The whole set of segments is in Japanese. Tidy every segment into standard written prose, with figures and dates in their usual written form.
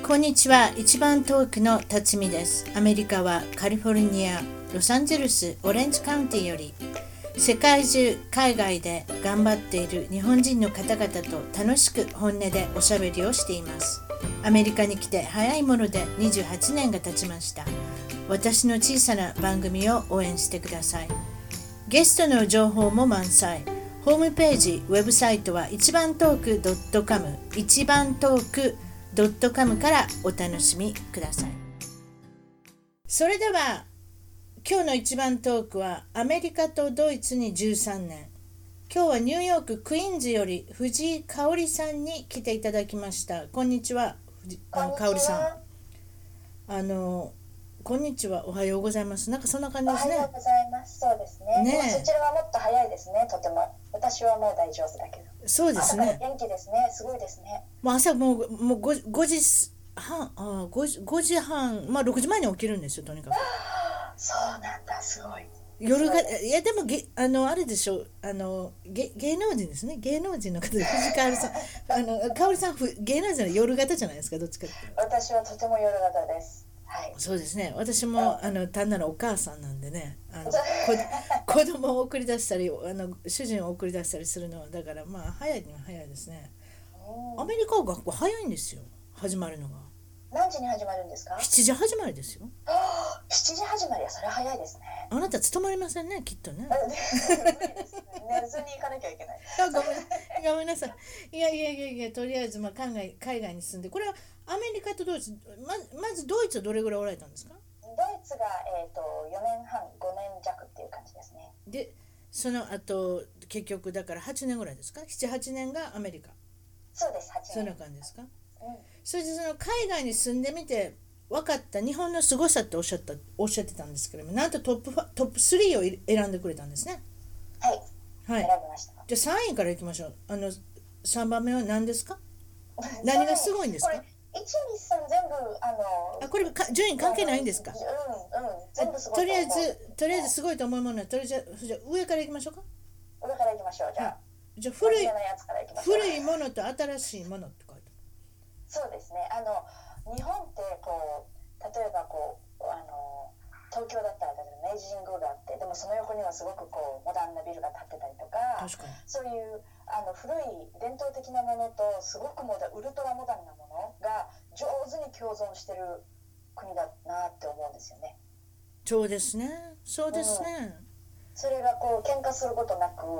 こんにちは。一番遠くの辰巳です。アメリカはカリフォルニア、ロサンゼルス、オレンジカウンティより世界中、海外で頑張っている日本人の方々と楽しく本音でおしゃべりをしています。アメリカに来て早いもので28年が経ちました。私の小さな番組を応援してください。ゲストの情報も満載。ホームページ、ウェブサイトは一番トーク .com 一番トーク.com からお楽しみください。それでは今日の一番トークはアメリカとドイツに13年。今日はニューヨーククイーンズより藤井香織さんに来ていただきました。こんにちは、香織さん。こんにちは、おはようございます。なんかそんな感じですね。 おはようございます。そうですね。そちらはもっと早いですね。とても。私はもう大丈夫だけど。 そうですね。 朝から元気ですね。すごいですね。 もう朝もう 5時半、5時半、まあ6時前に起きるんですよ、とにかく。 そうなんだ、すごい。 夜が、いやでもあれでしょ、芸能人ですね。芸能人の方で藤香織さん、香織さん芸能人の夜型じゃないですか、どっちかって。 私はとても夜型です。はい、 そうですね。私も単なるお母さんなんでね、子供を送り出したり主人を送り出したりするのはだからまあ早いには早いですね。アメリカは学校早いんですよ、始まるのが。 何時に始まるんですか ？7時始まりですよ。 7時始まりはそれ早いですね。 あなた勤まりませんね、きっとね。 無理ですね。寝ずに行かなきゃいけない。 ごめんなさい。いや、とりあえず海外に住んで、これはアメリカとドイツ、まずドイツはどれぐらいおられたんですか？ ドイツが、4年半、5年弱っていう感じですね。 で、その後結局だから8年ぐらいですか？7、8年がアメリカ。 そうです、8年。 そんな感じですか？それでその海外に住んでみて分かった日本のすごさっておっしゃってたんですけども、なんとトップ3を選んでくれたんですね。 はい、 はい、 選びました。 じゃあ3位からいきましょう。3番目は何ですか？何がすごいんですか？ これ1、2、3全部これ順位関係ないんですか？ 全部すごいとりあえずすごいと思うものはじゃあ上からいきましょうか。 上からいきましょう。 じゃあ古いものと新しいものって書いてある。 そうですね。日本って例えば東京だったら明治神宮があって、でもその横にはすごくモダンなビルが建ってたりとか、そういう古い伝統的なものとすごくウルトラモダンなものが上手に共存してる国だなって思うんですよね。 そうですね。そうですね。 それが喧嘩することなく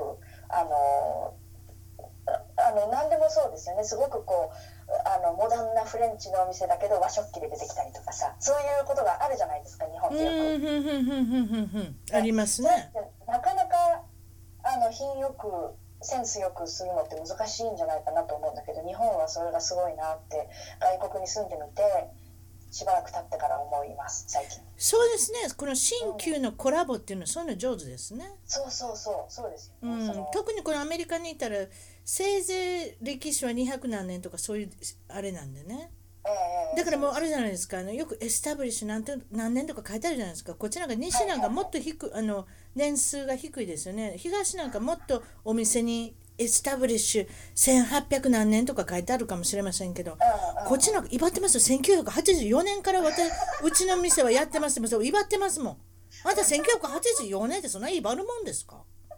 何でもそうですよね。すごくモダンなフレンチのお店だけど和食器で出てきたりとかさ、そういうことがあるじゃないですか、日本ってよく。 ありますね。 なかなか品よくセンスよくするのって難しいんじゃないかなと思うんだけど、日本はそれがすごいなって外国に住んでみてしばらく経ってから思います、最近。 そうですね。この新旧のコラボっていうのはそういうの上手ですね。 そうですよね。 特にこのアメリカにいたらせいぜい歴史は200何年とかそういうあれなんでね。だからもうあれじゃないですか、よくエスタブリッシュ何年とか書いてあるじゃないですか。こっちなんか西なんかもっと年数が低いですよね。東なんかもっとお店にエスタブリッシュ1800何年とか書いてあるかもしれませんけど、こっちなんか威張ってますよ。1984年からうちの店はやってますもん。威張ってますもん。あんた1984年ってそんな威張るもんですか？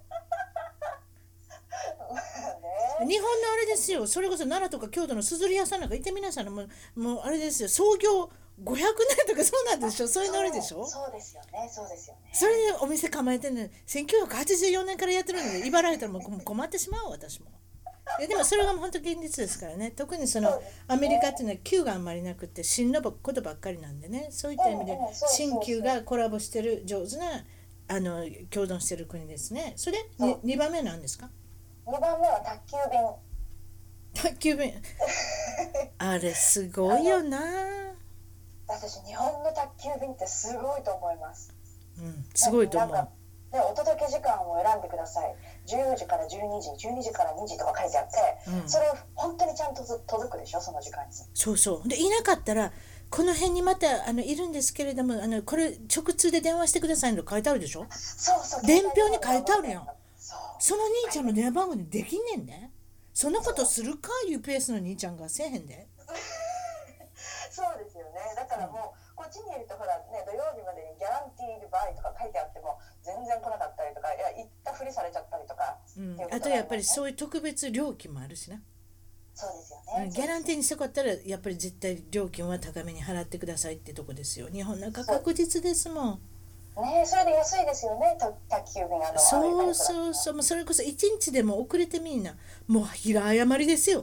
日本のあれですよ。それこそ奈良とか京都のすずり屋さんなんか行ってみなさい。もうあれですよ。創業500年とかそうなんでしょ。そういうのあれでしょ。 そうですよね。 それでお店構えてるのに1984年からやってるので威張られたらもう困ってしまう、私も。でもそれが本当現実ですからね。特にそのアメリカっていうのは旧があんまりなくて新のことばっかりなんでね。そういった意味で新旧がコラボしてる上手な共存してる国ですね。それで2番目は何ですか ？2番目は宅急便あれすごいよな。 私日本の宅急便ってすごいと思います。 すごいと思う。 お届け時間を選んでください。14時から12時、12時から2時とか書いてあって、それ本当にちゃんと届くでしょ、その時間に。 そうでいなかったらこの辺にまたいるんですけれどもこれ直通で電話してくださいの書いてあるでしょ。伝票に書いてあるやん。その兄ちゃんの電話番号にできんねんね。そんなことするか UPS の兄ちゃんがせえへんで。 そうからもうこっちにいるとほらね、土曜日までにギャランティードバイとか書いてあっても全然来なかったりとか、いや行ったふりされちゃったりとか、 あとやっぱりそういう特別料金もあるしな。 そうですよね。 ギャランティーにしたかったらやっぱり絶対料金は高めに払ってくださいってとこですよ。日本なんか確実ですもん。 ね、それで安いですよね、宅急便そうそうそう、もうそれこそ1日でも遅れてみんなもう平謝りですよ。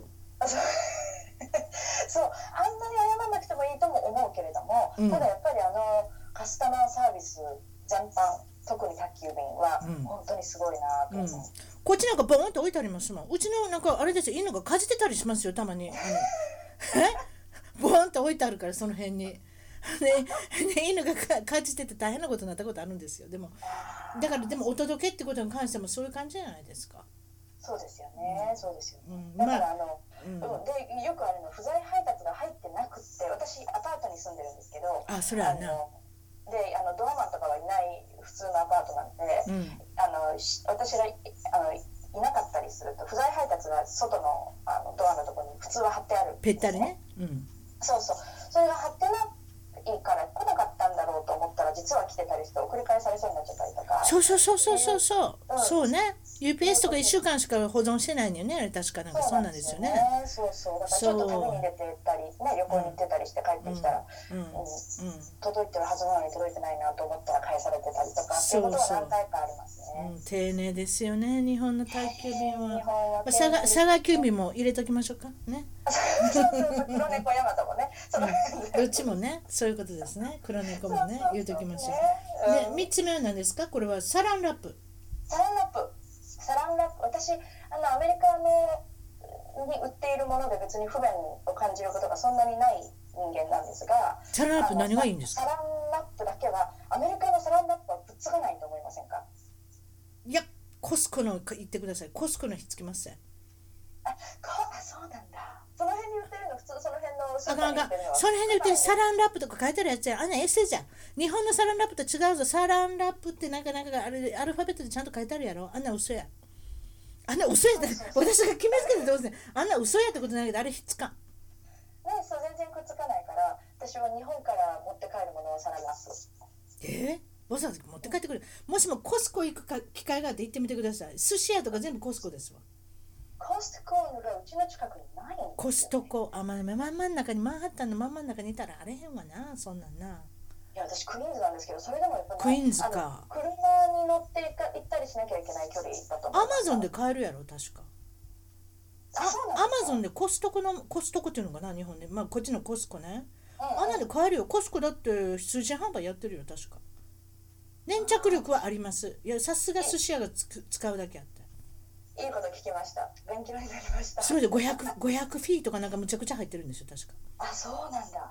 そう、あんなに謝らなくてもいいとも思うけれども、ただやっぱりカスタマーサービス全般、特に宅急便は本当にすごいなと思う。 こっちなんかボーンと置いてありますもん。うちのなんかあれですよ、犬がかじってたりしますよ、たまに。ボーンと置いてあるからその辺に。犬がかじってて大変なことになったことあるんですよ。でもだからでもお届けってことに関してもそういう感じじゃないですか。 そうですよね、そうですよね。だからでよくあるの不在配達が入ってなくって、私アパートに住んでるんですけど、 それはな。 でドアマンとかはいない普通のアパートなんで、私がいなかったりすると不在配達が外のドアのところに普通は貼ってあるんですね。 ぺったりね。 そうそう、それが貼ってないから来なかったんだろうと思ったら実は来てたりして送り返されそうになっちゃったりとか。 そうね。UPS とか1週間しか保存してないのよね、あれ確かなんかそうなんですよね。 そうそう、だからちょっと旅に出てったりね、旅行に行ってたりして帰ってきたら、届いてるはずなのに届いてないなと思ったら返されてたりとかっていうことは何回かありますね。 丁寧ですよね、日本の宅急便は。佐賀急便も入れときましょうかね。 そう黒猫ヤマトもね、 どっちもね、そういうことですね。黒猫もね、言うときましょう。で、3つ目は何ですか？これはサランラップ。 サランラップ、私アメリカに売っているもので別に不便を感じることがそんなにない人間なんですが、 サランラップ何がいいんですか？ サランラップだけはアメリカのサランラップはくっつかないと思いませんか？ いや、コスコの言ってください。コスコのひっつきますね。 そうなんだ。その辺に売ってるの、普通その辺のスーパーに売ってるのはその辺で売ってるサランラップとか書いてあるやつや、あんなエッセイじゃん。日本のサランラップと違うぞ。サランラップってなんかあれアルファベットでちゃんと書いてあるやろ。あんな嘘や。あんな嘘やって私が決めつけてどうすんねん。あんな嘘やってことないけどあれひっつかん。 ね、そう全然くっつかないから、私は日本から持って帰るものをサランラップ。 わざわざ持って帰ってくる。もしもコスコ行く機会があって行ってみてください。寿司屋とか全部コスコですわ。 コストコがうちの近くにないんですよね。 コストコ、真ん中にマンハッタンの真ん中にいたらあれへんわな、そんなんな。 いや、私クイーンズなんですけど、それでもやっぱり、 クイーンズか。 車に乗って行ったりしなきゃいけない距離だと思う。 アマゾンで買えるやろ、確か。アマゾンでコストコっていうのかな、日本で。こっちのコスコね。あんなんで買えるよ。コスコだって通信販売やってるよ、確か。粘着力はあります。いや、さすが寿司屋が使うだけあって。 いいこと聞きました。勉強になりました。 それで500フィートかなんかむちゃくちゃ入ってるんですよ、確か。 そうなんだ。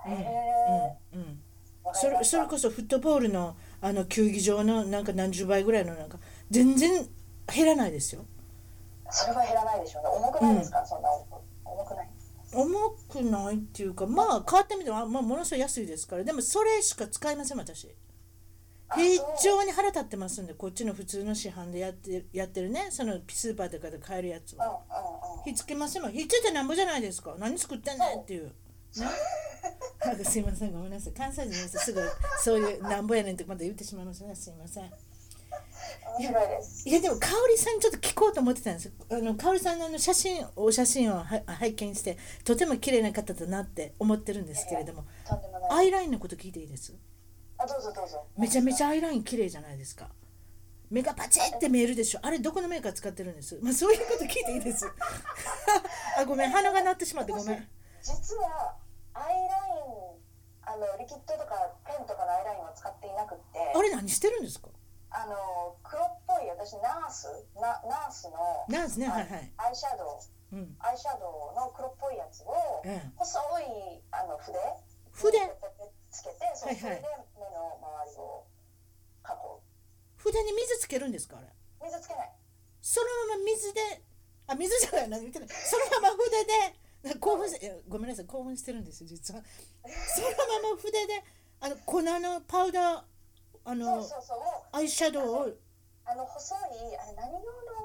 それこそフットボールの球技場のなんか何十倍ぐらいのなんか全然減らないですよ。 それは減らないでしょうね。重くないですか？そんな重くない？ 重くないっていうか、変わってみても、ものすごい安いですから。でもそれしか使いません、私。非常に腹立ってますんで、こっちの普通の市販でやってるね、そのスーパーとかで買えるやつは。ひっつけませんもん。ひっついてなんぼじゃないですか。何作ってんねんっていう。ね、すいません、ごめんなさい。関西人の人すぐそういうなんぼやねんってまた言ってしまいますね。すいません。 面白いです。 いやでも香織さんにちょっと聞こうと思ってたんです。香織さんのお写真を拝見してとても綺麗な方だなって思ってるんですけれども、アイラインのこと聞いていいです？ どうぞ。 めちゃめちゃアイライン綺麗じゃないですか。目がパチって見えるでしょ。あれどこのメーカー使ってるんです？そういうこと聞いていいです。ごめん、鼻が鳴ってしまってごめん。 実はアイラインリキッドとかペンとかのアイラインは使っていなくって。 あれ何してるんですか？ 黒っぽい、私ナースのね、はいはい、 アイシャドウの黒っぽいやつを、細い筆つけて、それで目の周りを描こう。 筆に水つけるんですか？あれ水つけない。 そのまま水じゃない、何言ってない。そのまま筆でごめんなさい、興奮してるんですよ実は。そのまま筆で粉のパウダーアイシャドウを細い何用の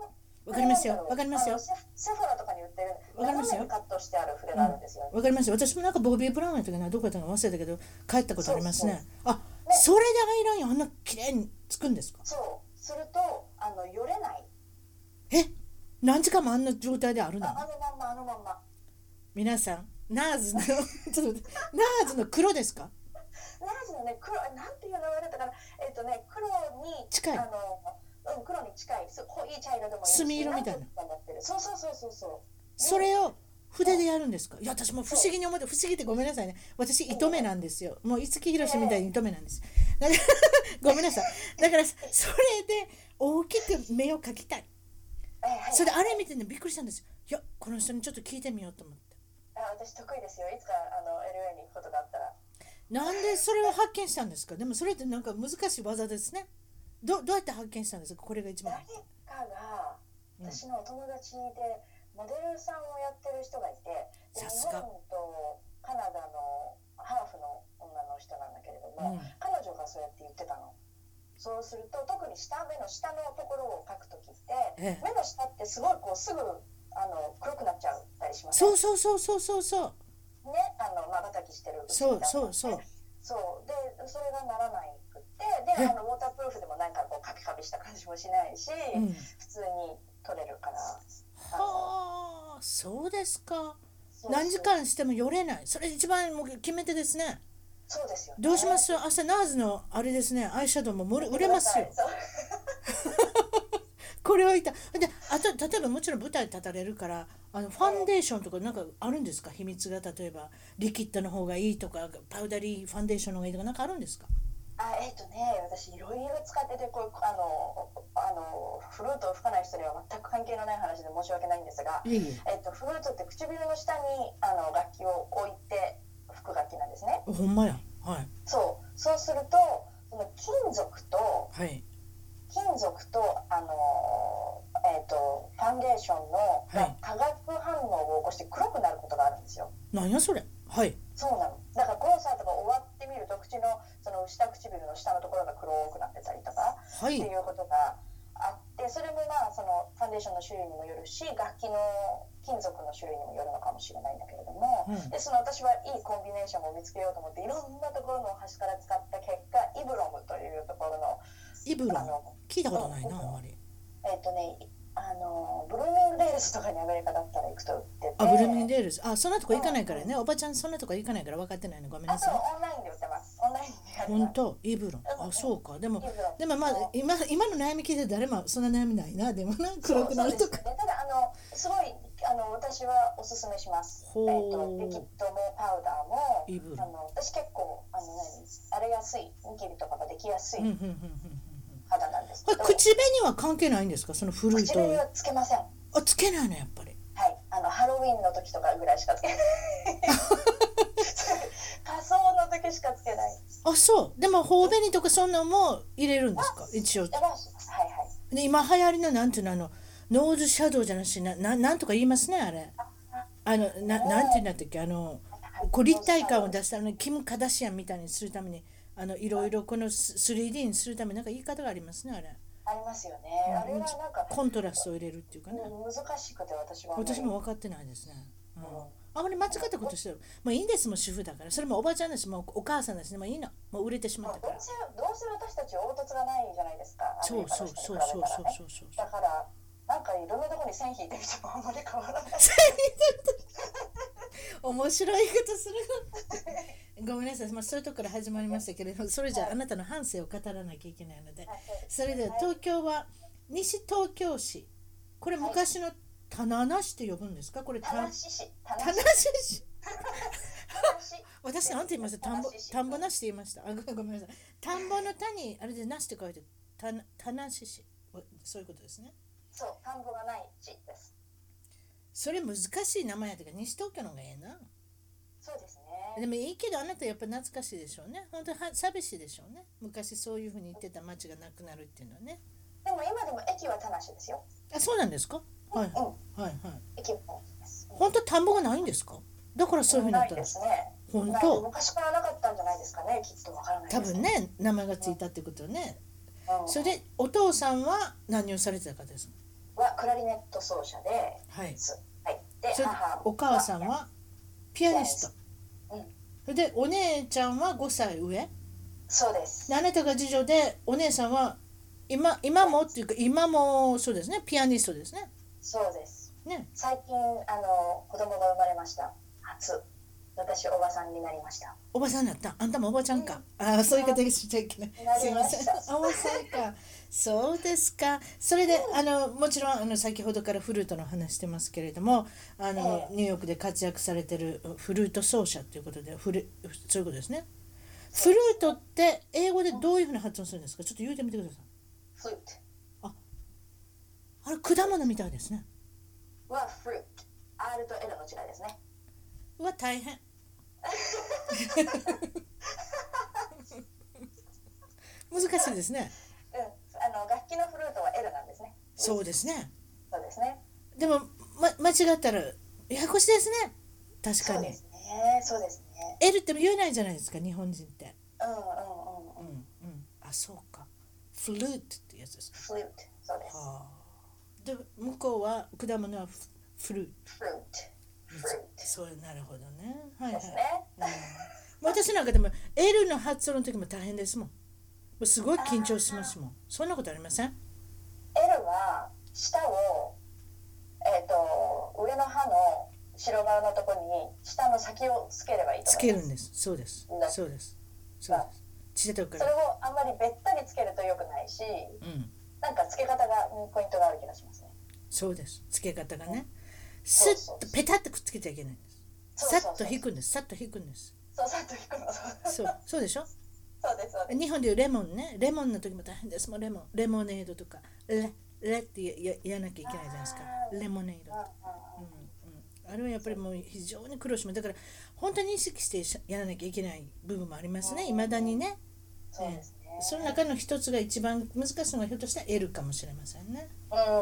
わかりますよ。わかりますよ。 セフォラとかに売ってる斜めにカットしてある筆があるんですよ。 わかりますよ。私もなんかボビー・ブラウンやったかな、どこやったか忘れたけど帰ったことありますね。あ、それでアイラインあんな綺麗につくんですか？ そうするとよれない。 何時間もあんな状態であるの？ あのまんま。 皆さん、ナーズのちょっと待って、ナーズの黒ですか？ ナーズのね、黒、なんていう名前だったかな、黒に近い、 黒に近い、濃い茶色でもいいし、 墨色みたいな。 そう。 それを筆でやるんですか？いや、私も不思議に思って、不思議ってごめんなさいね。私糸目なんですよ。もう五木ひろしみたいに糸目なんです。だからごめんなさい。だからそれで大きく目を描きたい。それであれ見てね、びっくりしたんですよ。いや、この人にちょっと聞いてみようと思って。 私得意ですよ。いつかLA に行くことがあったら。 なんでそれを発見したんですか？でもそれってなんか難しい技ですね。どうやって発見したんですか？これが一番。 誰かが私のお友達でモデルさんをやってる人がいて、日本とカナダのハーフの女の人なんだけれども、彼女がそうやって言ってたの。そうすると特に目の下のところを描くときって、目の下ってすごいすぐ黒くなっちゃったりします。 そうね、まばたきしてる。そうでそれがならないくって、でウォータープルーフでもなんかカピカピした感じもしないし、普通に撮れるから。 はあ、そうですか。何時間してもよれない。それ一番もう決め手ですね。 そうですよね。 どうします？明日ナーズのあれですね、アイシャドウも売れますよ。これはいた。で、あと例えばもちろん舞台立たれるからファンデーションとかなんかあるんですか？秘密が、例えばリキッドの方がいいとかパウダリーファンデーションの方がいいとかなんかあるんですか？ 私いろいろ使っててフルートを吹かない人には全く関係のない話で申し訳ないんですが、フルートって唇の下に楽器を置いて吹く楽器なんですね。 ほんまや。はい。 そうすると金属とファンデーションの化学反応を起こして黒くなることがあるんですよ。 何やそれ。はい。 そうなの。だからコンサートが終わってみると口の下唇の下のところが黒くなってたりとか、っていうことがあって、それもそのファンデーションの種類にもよるし、楽器の金属の種類にもよるのかもしれないんだけれども、で私はいいコンビネーションを見つけようと思っていろんなところの端から使った結果、イブロムというところのイブロム聞いたことないな、あんまり。 ブルーミングデールズとかにアメリカだったら行くと売ってて、 ブルーミングデールズ、そんなとこ行かないからね、おばちゃんそんなとこ行かないから分かってないの、ごめんなさい。 オンラインで売ってます。オンラインでやります。 本当、イブロン。そうか。でもまあ今の悩み聞いて誰もそんな悩みないな。でもな、黒くなるとか。 ただすごい私はおすすめします。リキッドもパウダーもイブロン。 私結構荒れやすい、ニキビとかができやすい肌なんですけど。 口紅は関係ないんですか？そのフルート。 口紅はつけません。 つけないのやっぱり。 はい、ハロウィンの時とかぐらいしかつけない仮装の時しかつけない。 そう。でも頬紅とかそんなのも入れるんですか？一応。はいはい。で今流行りのなんていうのノーズシャドウじゃなしなんとか言いますね、あれ。なんていうんだったっけ、立体感を出すためにキム・カダシアンみたいにするためにいろいろこの 3D にするためになんか言い方がありますね、あれ。 ありますよね。あれはなんかコントラストを入れるっていうかね。 難しくて私も分かってないですね。あまり間違ったことしてる。もういいんですもん、主婦だから。それもおばちゃんだし、もうお母さんだし、もういいの。もう売れてしまったから。 どうせ私たち凹凸がないじゃないですか。 そう。 だからなんかいろんなところに線引いてみてもあんまり変わらない。 面白いことするごめんなさい、そういうところから始まりましたけれども、それじゃあなたの半生を語らなきゃいけないので、それでは東京は西東京市、これ昔の棚無しって呼ぶんですか？これ棚市市。 私なんて言いました？田んぼなしって言いました。ごめんなさい。田んぼの田にあれでなしって書いて棚市市、そういうことですね。 そう、田んぼがない地です。 それ難しい名前やったから西東京の方がええな。 そうですね。 でもいいけどあなたやっぱ懐かしいでしょうね。本当に寂しいでしょうね。昔そういうふうに言ってた町がなくなるっていうのはね。 でも今でも駅は田無ですよ。 そうなんですか？はい。 駅は田無です。 本当田んぼがないんですか？だからそういうふうになったんですね。本当。 昔からなかったんじゃないですかね。きっとわからないです。 多分ね、名前がついたってことはね。それでお父さんは何をされてたかですか？ はクラリネット奏者ではい。 す。はい。で、 それでお母さんはピアニスト。 うん。 それでお姉ちゃんは5歳上。 そうです。 であなたが次女でお姉さんは今もっていうか今もそうですね、ピアニストですね。 そうです。 ね。 最近子供が生まれました。初。私おばさんになりました。 おばさんだった。あんたもおばちゃんか。 うん、 ああ、そういう言い方しちゃいけない。 なすいません。 りました。 おばさんか。そうですか。それで、もちろん、先ほどからフルートの話してますけれども、 えニューヨークで活躍されてるフルート奏者ということで、そういうことですね。フルそうです。 ートって英語でどういうふうに発音するんですか？ちょっと言うてみてください。 フルートあ、あれ、果物みたいですね。 はフルート。R と L の違いですね。 うわ、大変。難しいですね。 うん。楽器のフルートは L なんですね。 そうですね。 そうですね。 でも、間違ったらややこしいですね。確かに。 そうですね。そうですね。 L って言えないじゃないですか、日本人って。 うんうんうんうんううん。 ん。あ、そうか。フルートってやつですか。 フルート。そうです。 はあ。で、向こうは果物はフルート。 フルート。フルート。 そう、なるほどね。はいはい。 ですね。 うん、私なんかでも L の発音の時も大変ですもん。もうすごい緊張しますもん。そんなことありません？ L は下を、上の歯の白側のところに下の先をつければいいとつ思います。 けるんです。そうです。そうです。そうまあです。ちっちゃい時から。 それをあんまりべったりつけると良くないし、 うん。 なんかつけ方がポイントがある気がしますね。 そうです。つけ方がうん、 ね。スそうッとペタッとくっつけちゃいけないんです。さっとそうそうそう引くんです。さっと引くんです。 そうさっと引くの。 そう。そうでしょ？ そうですそうです。 日本でいうレモンね。レモンの時も大変です。もうレモネードとか。レって言わなきゃいけないじゃないですか。レモネードとか。うんうん、あれはやっぱりもう非常に苦労します。だから本当に意識してやらなきゃいけない部分もありますね。いまだにね。 そうですね。 その中の一つが一番難しいのがひょっとしたら L かもしれませんね。 うんうんうん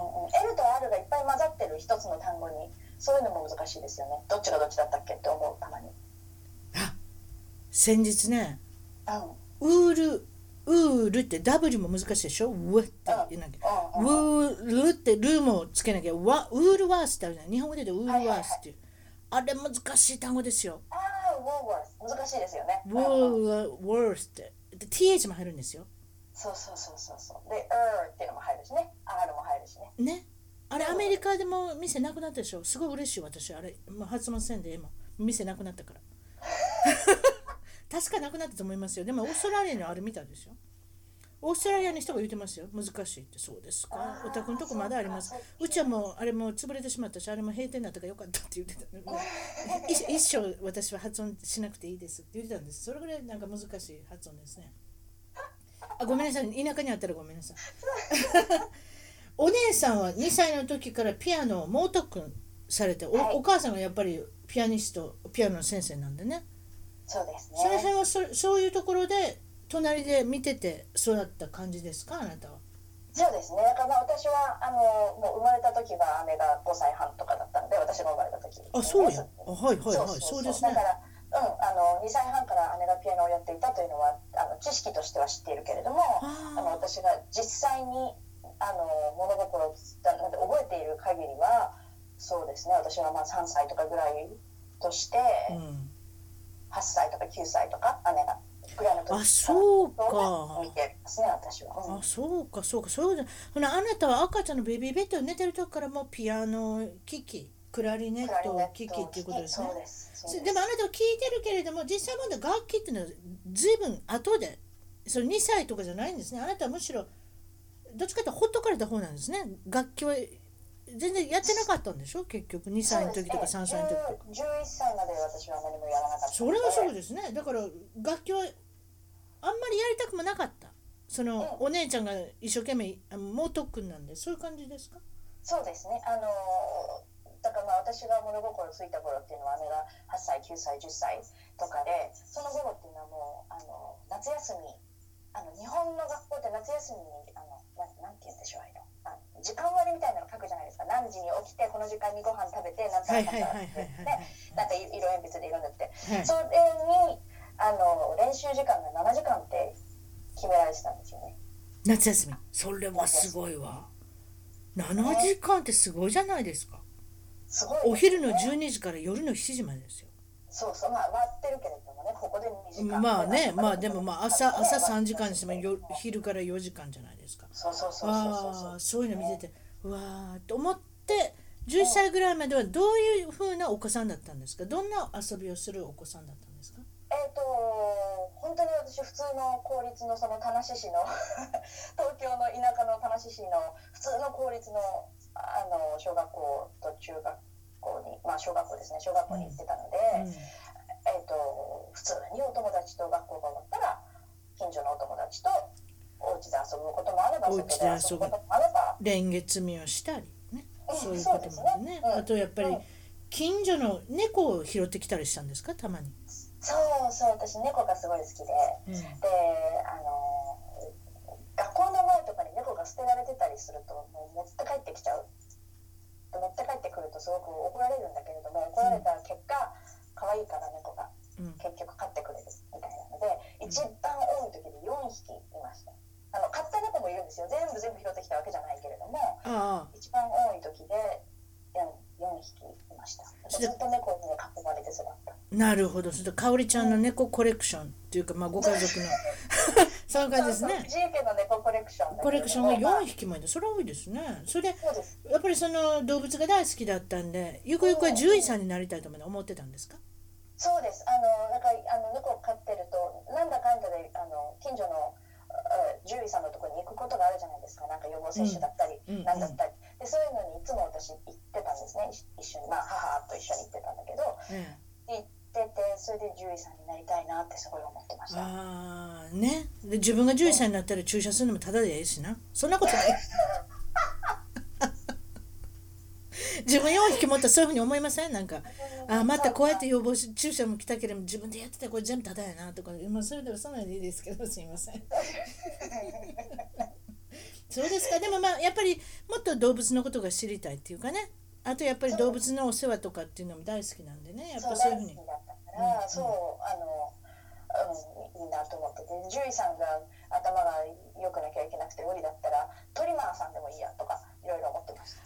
、L と R がいっぱい混ざってる一つの単語にそういうのも難しいですよね。どっちがどっちだったっけって思うたまに。 あ、先日ね、 うん、 ウールって W も難しいでしょ？ウって言わなきゃ。ウうんうんうん、 ールってルもつけなきゃ。ウールワースってあるじゃない。日本語で言うとウールはいはいはい。 ワースっていう。あれ難しい単語ですよ。 ああ、ウォーワース難しいですよね。 ウうんうん、 ールワースって。で TH も入るんですよ。 そうそうそうそうそう。で、っていうのも入るしね。R も入るしね。 ね。あれアメうん、 リカでも店なくなったでしょ？すごい嬉しい私。あれ、もう発音せんで今。店なくなったから。確かなくなったと思いますよ。でもオーストラリアにあるみたいですよ。オーストラリアの人が言ってますよ。難しいって。そうですか。お宅のああ、 とこそうか、 まだあります。 そっうちはもうあれも潰れてしまったし、あれも閉店になったからよかったって言ってた。もう一生私は発音しなくていいですって言ってたんです。それぐらいなんか難しい発音ですね。あ、ごめんなさい。田舎にあったらごめんなさい。お姉さんは2歳の時からピアノを猛特訓されて、 はい、 お母さんがやっぱりピアニスト、ピアノの先生なんでね。 そうですそのね。 辺はそういうところで隣で見てて育った感じですか、あなたは？ そうですね。だからまあ私はもう生まれた時は姉が5歳半とかだったので、私が生まれた時にあ、そうや。 す。 あ、はいはいそうはい。 そうそう。 そうですね。 だから、2歳半から姉がピアノをやっていたというのは知識としては知っているけれども、 あ私が実際に物心をなんて覚えている限りは、そうですね。私はまあ3歳とかぐらいとして、 あ、うん。 8歳とか9歳とか姉がぐらいのあ、 時からそう見か。 てますね、私は。 あ、そうか、そうか、そういうこと。ほな、あなたは赤ちゃんのベビーベッドに寝てる時からもうピアノ機器、クラリネックラリネト機ットを聴き、 器っていうことですね。 そうです、そうです。 でもあなたは聞いてるけれども、実際まだ楽器っていうのは随分後で、その2歳とかじゃないんですね。あなたはむしろどっちかというとほっとかれた方なんですね。楽器は全然やってなかったんでしょ？結局2歳のそうですね。 時とか3歳の時とか。 11歳まで私は何もやらなかったので、 それはそうですね。だから楽器はあんまりやりたくもなかった。そうん、 のお姉ちゃんが一生懸命猛特訓なんで、そういう感じですか？ そうですね。だからまあ私が物心ついた頃っていうのは姉が8歳、9歳、10歳とかで、その頃っていうのはもう夏休み、日本の学校って夏休みになんて言うんでしょう、時間割みたいなの書くじゃないですか。何時に起きてこの時間にご飯食べて何はい歳かはいはいはいはいらってなんか色鉛筆で色塗って、 はい。はい。 それに練習時間が7時間って決められてたんですよね。 夏休み。それはす夏休み。 ごいわ。 7時間ってすごいじゃないですか。 すごい、ね、 お昼の12時から夜の7時までですよ。 そうそう、まあ割ってるけれどもね、ここで2時間。 まあね、まあでもまあ朝3時間にしても昼から4時間じゃないですか。 そうそうそうそう。 そういうの見てて、うわーと思って、11歳ぐらいまではどういうふうなお子さんだったんですか？どんな遊びをするお子さんだったんですか？ 本当に私普通の公立のその田無市の東京の田舎の田無市の普通の公立の小学校と中学校に、まあ小学校ですね、小学校に行ってたので、普通にお友達と学校が終わったら近所のお友達とお家で遊ぶこともあれば、外で遊ぶこともあれば、 レンゲ積みをしたりね、そういうこともね。あとやっぱり近所の猫を拾ってきたりしたんですか？たまに。 そうそう、私猫がすごい好きで、で学校の前とかに猫が捨てられてたりするともう持って帰ってきちゃう。持って帰ってくるとすごく怒られるんだけれども、怒られた結果可愛いから猫が結局飼ってくれるみたいなので、一番多い時で4匹いました。飼った猫もいるんですよ。全部拾ってきたわけじゃないけれども、一番多い時で4匹いました。ずっと猫に囲まれて育った。 なるほど。それとかおりちゃんの猫コレクションっていうか、まあご家族のそういう感じですね。 自家の猫コレクション。 コレクションが4匹もいて、それは多いですね。それでやっぱりその動物が大好きだったんで、ゆくゆくは獣医さんになりたいと思ってたんですか？ そうです。なんか猫を飼ってるとなんだかんだで近所の獣医さんのところに行くことがあるじゃないですか。なんか予防接種だったり、なんだったりで、そういうのにいつも私行ってたんですね。一緒に、まあ母と一緒に行ってたんだけど、行ってて、それで獣医さんになりたいなってすごい思ってました。 ね。で自分が獣医さんになったら注射するのもタダでいいしな。そんなことない。自分4匹持ったらそういうふうに思いません？なんかまたこうやって予防注射も来たければ自分でやってたらこれ全部タダやなとか、それではそんなにいいですけど、すいません。そうですか。でもまあやっぱりもっと動物のことが知りたいっていうかね、あとやっぱり動物のお世話とかっていうのも大好きなんでね、やっぱそういうふうに。 いいなと思ってて、獣医さんが頭が良くなきゃいけなくて無理だったらトリマーさんでもいいやとかいろいろ思ってました。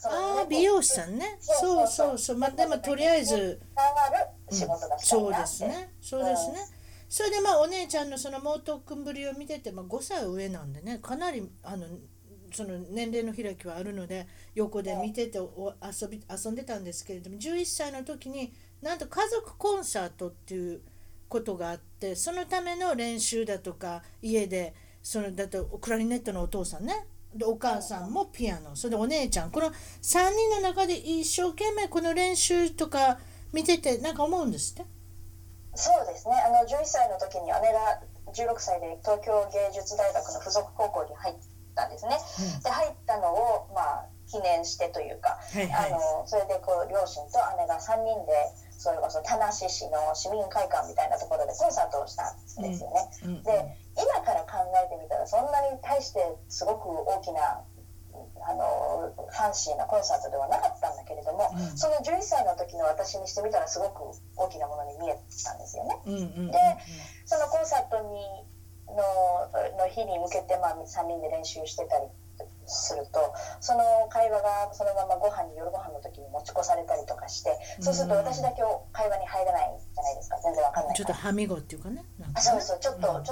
美容師さんね。そう。まあでもとりあえず仕事がしたいなって。 そうですね。それでまあお姉ちゃんのその猛特訓ぶりを見てて、5歳上なんでね、かなりその年齢の開きはあるので横で見てて遊んでたんですけれども、11歳の時になんと家族コンサートっていうことがあって、そのための練習だとか家でだとクラリネットのお父さんね、でお母さんもピアノ、それでお姉ちゃん、この3人の中で一生懸命この練習とか見ててなんか思うんですって。 そうですね。11歳の時に姉が16歳で東京芸術大学の附属高校に入ったんですね。で入ったのをまあ記念してというか、それで両親と姉が3人でそれこそ田無市の市民会館みたいなところでコンサートをしたんですよね。で今から考えてみたらそんなに対してすごく大きなファンシーなコンサートではなかったんだけれども、その11歳の時の私にしてみたらすごく大きなものに見えたんですよね。でそのコンサートの日に向けて、3人で練習してたりすると、その会話がそのまま夜ご飯の時に持ち越されたりとかして、そうすると私だけ会話に入らないじゃないですか。全然わかんないから。 ちょっとはみごっていうかね。 そうちょっと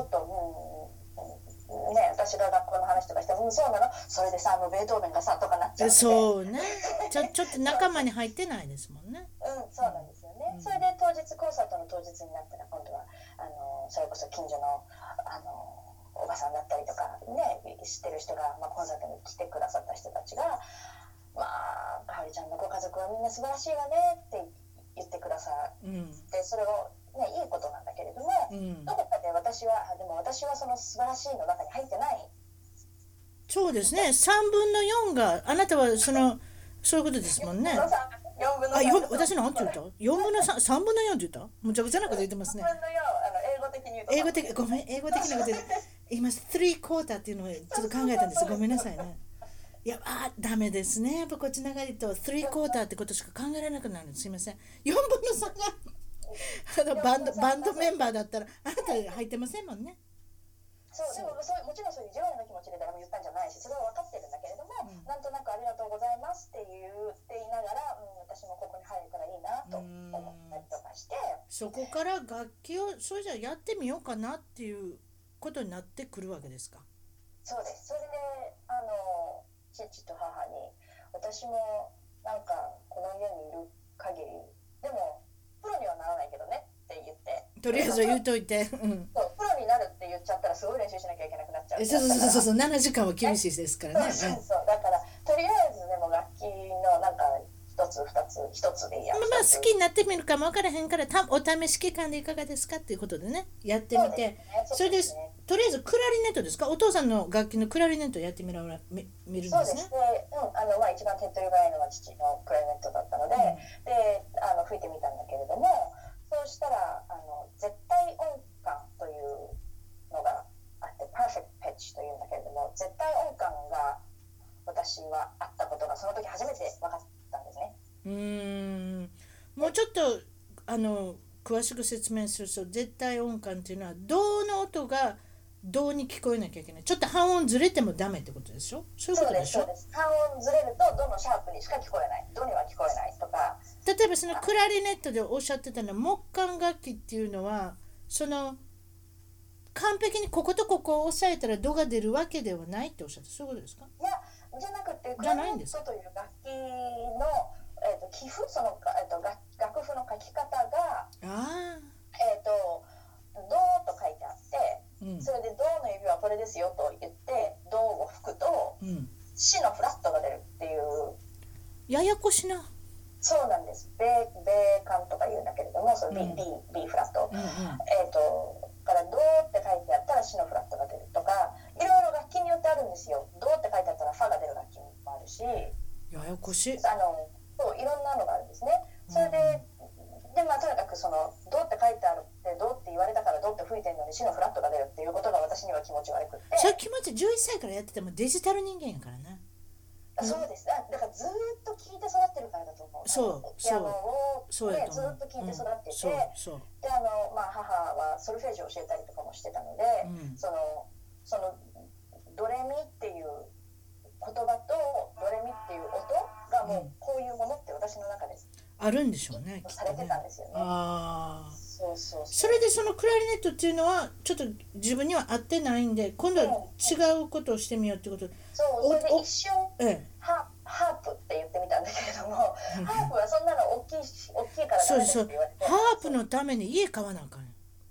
ね、私が学校の話とかしても、そうなの、それでさベートーベンがさとかなっちゃう。 そうね。ちょっと仲間に入ってないですもんね。 そうなんですよね。それでコンサートの当日になったら今度はそれこそ近所のおばさんだったりとかね、知ってる人が、コンサートに来てくださった人たちが、かおりちゃんのご家族はみんな素晴らしいわねって言ってくださって、それをね、いいことなんだけれども、どこかで私はその素晴らしいの中に入ってない。 そうですね。3分の4があなたはそういうことですもんね。 4分の4。 私なんて言った？4分の3、3分の4って言った？むちゃくちゃなこと言ってますね。 3分の4、英語的に言うと。 英語的なこと言って。今3クォーターっていうのをちょっと考えたんです。ごめんなさいね。いやダメですね。やっぱこっち長いと3クォーターってことしか考えられなくなるんです。すいません。4分の3がバンドメンバーだったらあなた入ってませんもんね。 そうでももちろんそういう意地悪な気持ちで誰も言ったんじゃないし、それは分かってるんだけれども、なんとなくありがとうございますって言いながら、私もここに入るからいいなと思ったりとかして、 そこから楽器をそれじゃやってみようかなっていうことになってくるわけですか。 そうです。それで父と母に、私もなんかこの家にいる限りでもプロにはならないけどねって言って、 とりあえず言うといて、 そうプロになるって言っちゃったらすごい練習しなきゃいけなくなっちゃう。 そう7時間は厳しいですからね。 そうだからとりあえずでも楽器のなんか一つでいいや。 好きになってみるかも分からへんからお試し期間でいかがですかっていうことでねやってみて、それでとりあえずクラリネットですか、お父さんの楽器のクラリネットやってみるんですね。 そうですね、一番手っ取り早いのは父のクラリネットだったので、吹いてみたんだけれども、そうしたら絶対音感というのがあって、パーフェクトピッチというんだけれども、絶対音感が私はあったことがその時初めて分かったんですね。 もうちょっと詳しく説明すると、絶対音感っていうのは銅の音が銅に聞こえなきゃいけない、ちょっと半音ずれてもダメってことでしょ。そういうことでしょ。 そうです。半音ずれるとどのシャープにしか聞こえない、どには聞こえないとか。 例えばそのクラリネットでおっしゃってたのは、木管楽器っていうのはその完璧にこことここを押さえたらドが出るわけではないっておっしゃって、そういうことですか。 いやじゃなくて、クラリネットという楽器の記譜、その楽譜の書き方がドと書いてあって、それでドの指はこれですよと言ってドを吹くと、シのフラットが出るっていう。 ややこしな。 そうなんです。米管とか言うんだけれども、その B フラット、からドって書いてあったらシのフラットが出るとか、いろいろ楽器によってあるんですよ。ドって書いてあったらファが出る楽器もあるし、 ややこしい。 そういろんなのがあるんですね。それでとにかくそのドって書いてあるってドって言われたからドって吹いてるのにシのフラットが出るっていうことが私には気持ち悪くって。 それ気持ち11歳からやっててもデジタル人間やからね。 そうです。だからずっと聞いて育ってるからだと思う。ピアノを、ずっと聞いて育ってて、で母はソルフェージを教えたりとかもしてたので、そのドレミっていう言葉とドレミっていう音がもうこういうものって私の中であるんでしょうね。 されてたんですよね。 それでそのクラリネットっていうのはちょっと自分には合ってないんで、今度は違うことをしてみようってことで、 それで一瞬ハープって言ってみたんだけれども、ハープはそんなの大きいからダメですって言われて、 ハープのために家買わなあかん。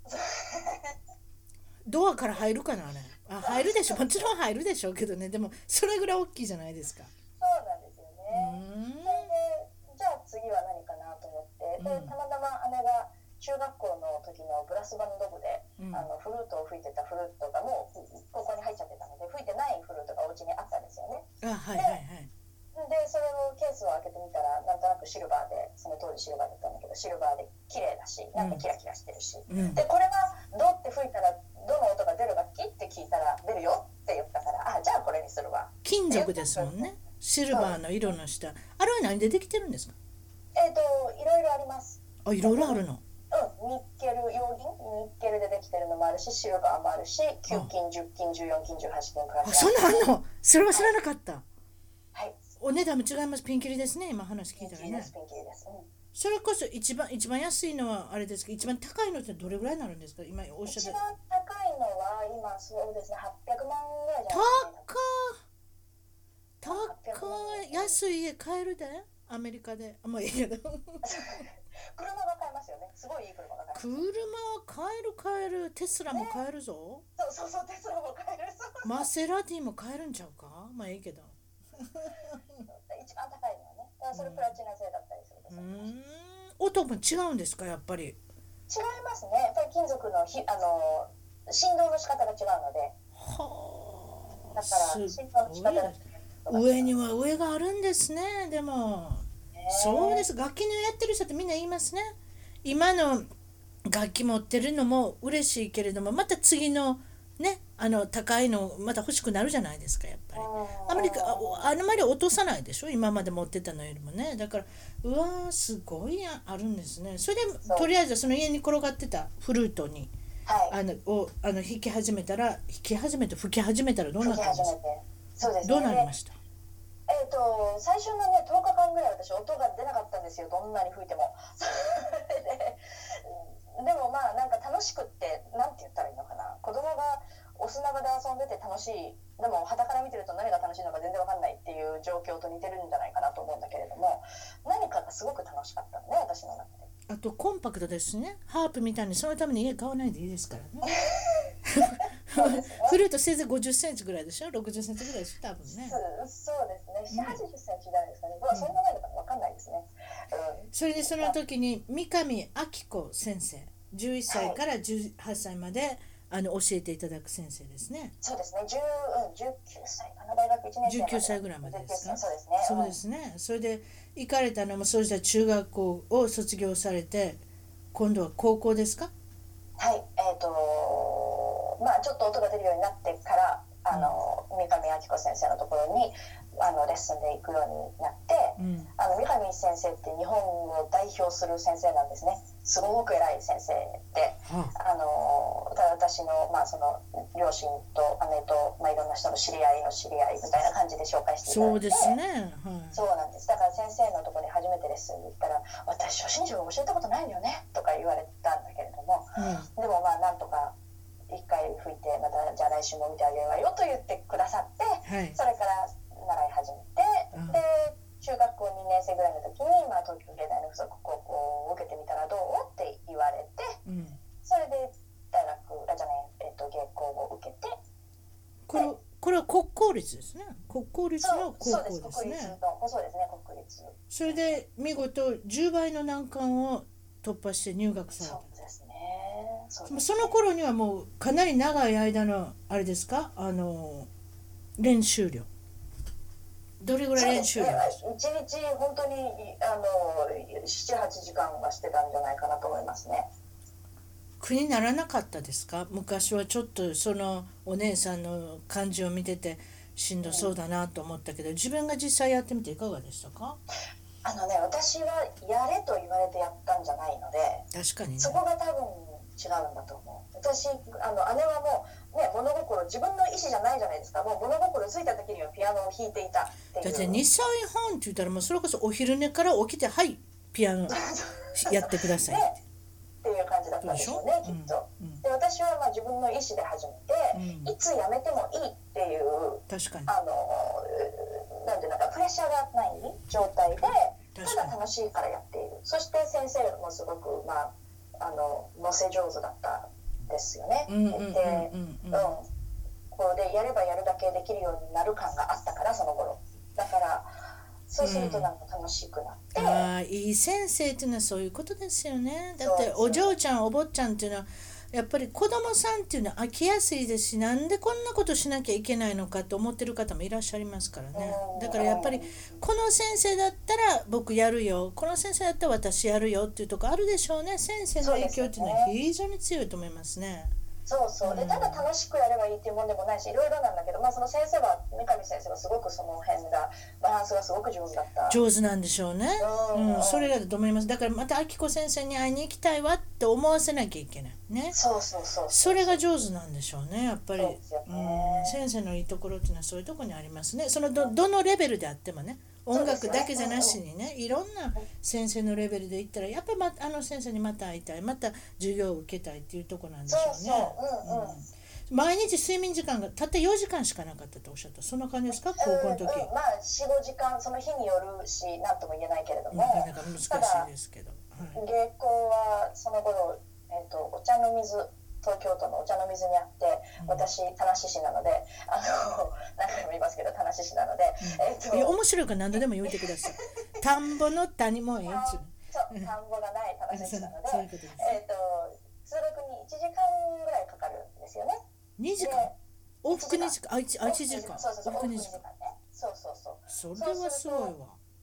ドアから入るかな、あれ。入るでしょ、もちろん入るでしょうけどね、でもそれぐらい大きいじゃないですか。 そうなんですよね。それでじゃあ次は何かなと思って、でたまたま姉が中学校の時のブラスバンド部で、フルートを吹いてたフルートがもうここに入っちゃってたので、吹いてないフルートがお家にあったんですよね。でそれをケースを開けてみたら、なんとなくシルバーで、その当時シルバーだったんだけど、シルバーで綺麗だし、なんかキラキラしてるし、でこれはドって吹いたらどの音が出る楽器って聞いたら出るよって言ったから、じゃあこれにするわ。 金属ですもんね、シルバーの色の下。あれは何でできてるんですか。 いろいろあります。 いろいろあるの。 ニッケル、ニッケルでできてるのもあるし、シルバーもあるし、9金、10金、14金、18金くらい。 そんなあんの。それは知らなかった。 はい。 お値段も違います。ピンキリですね、今話聞いたらね。 ピンキリです、ピンキリです。 それこそ一番安いのはあれですけど、一番高いのってどれぐらいになるんですか。今おっしゃって。 一番高いのは今そうですね、800万ぐらいじゃないですか。 高い。安い家買えるで、アメリカで。まあいいけど。 車が買えますよね。すごいいい車が買えます。 車は買える。テスラも買えるぞ。 そうテスラも買える。 マセラティも買えるんちゃうか。まあいいけど。 一番高いのはね。それプラチナ製だったりするんですよ。 音も違うんですか、やっぱり。違いますね。やっぱり金属の振動の仕方が違うので。だから振動の仕方が違う。 上には上があるんですね。でもそうです。楽器のやってる人ってみんな言いますね。今の楽器持ってるのも嬉しいけれども、また次のね、高いのまた欲しくなるじゃないですか、やっぱり。あんまり落とさないでしょ、今まで持ってたのよりもね。だからすごいあるんですね。それでとりあえずその家に転がってたフルートに弾き始めて吹き始めたらどうなったんですか？ そうですね。 どうなりました？ 最初のね、10日間ぐらい私音が出なかったんですよ、どんなに吹いても。でもまあなんか楽しくって、なんて言ったらいいのかな、子供がお砂場で遊んでて楽しい、でも傍から見てると何が楽しいのか全然わかんないっていう状況と似てるんじゃないかなと思うんだけれども、何かがすごく楽しかったのね、私の中で。 あとコンパクトですね。ハープみたいにそのために家買わないでいいですからね。 そうですね。 フルートせいぜい50センチぐらいでしょ、60センチぐらいでしょ、多分ね。 そうですね。7、80センチじゃないですかね。そんなないのかな、わかんないですね。 それでその時に三上明子先生、11歳から18歳まで教えていただく先生ですね。 そうですね。19歳かな、大学1年生まで。 19歳ぐらいまでですか？ そうですね。 そうですね。それで行かれたのもそうした中学校を卒業されて、今度は高校ですか？ はい。まあちょっと音が出るようになってから、三上明子先生のところにレッスンで行くようになって、三上先生って日本を代表する先生なんですね。すごく偉い先生で、私の、その両親と姉と、いろんな人の知り合いの知り合いみたいな感じで紹介していただいて。 そうですね。 そうなんです。だから先生のところに初めてレッスンに行ったら、私初心者が教えたことないのよねとか言われたんだけれども、でもなんとか一回吹いて、またじゃあ来週も見てあげるわよと言ってくださって、それから習い始めて、で中学校2年生ぐらいの時に、東京芸大の附属高校を受けてみたらどうって言われて、それで大学芸工を受けて、 これは国公立ですね。国公立の高校ですね。 そうですね、国立。 それで見事10倍の難関を突破して入学された。 そうですね。 その頃にはもうかなり長い間のあれですか、練習量。どれぐらい練習量ですか？ 一日本当に7、8時間はしてたんじゃないかなと思いますね。 苦にならなかったですか？昔はちょっとそのお姉さんの感じを見ててしんどそうだなと思ったけど、自分が実際やってみていかがでしたか？ 私はやれと言われてやったんじゃないので、 確かにね、 そこが多分違うんだと思う。私姉はもうね、物心、自分の意思じゃないじゃないですか。もう物心ついた時にはピアノを弾いていたっていう。 だって2歳半って言ったらもうそれこそお昼寝から起きてはいピアノやってくださいっていう感じだったんでしょうね、きっと。で私は自分の意思で始めて、いつやめてもいいっていう、 確かになんていうのか、プレッシャーがない状態で、ただ楽しいからやっている。そして先生もすごく乗せ上手だったんですよね。で、これでやればやるだけできるようになる感があったから、その頃。だからそうするとなんか楽しくなって、 いい先生っていうのはそういうことですよね。だってお嬢ちゃんお坊ちゃんっていうのはやっぱり子供さんっていうのは飽きやすいですし、なんでこんなことしなきゃいけないのかと思ってる方もいらっしゃいますからね。だからやっぱりこの先生だったら僕やるよ、この先生だったら私やるよっていうとこあるでしょうね。先生の影響っていうのは非常に強いと思いますね。 でただ楽しくやればいいっていうもんでもないし、いろいろなんだけど、その先生は三上先生はすごくその辺がバランスがすごく上手だった。 上手なんでしょうね。それだと思います。だからまた明子先生に会いに行きたいわって思わせなきゃいけないね。それが上手なんでしょうね、やっぱり。先生のいいところっていうのはそういうところにありますね。そのどのレベルであってもね、音楽だけじゃなしにね、いろんな先生のレベルで言ったらやっぱり先生にまた会いたい、また授業を受けたいっていうところなんでしょうね。毎日睡眠時間がたった4時間しかなかったとおっしゃった。そんな感じですか、高校の時。 4、5時間、その日によるし何とも言えないけれども、 なかなか難しいですけど、 芸工はその頃、お茶の水、東京都のお茶の水にあって、私田無市なので、何回も言いますけど田無市なので、 面白いから何度でも言ってください。田んぼの谷もええっちゅう。 田んぼがない田無市なので、 そういうことです。 通学に1時間ぐらいかかるんですよね。 2時間往復2時間1時間往復2時間ね。 それはすごいわ。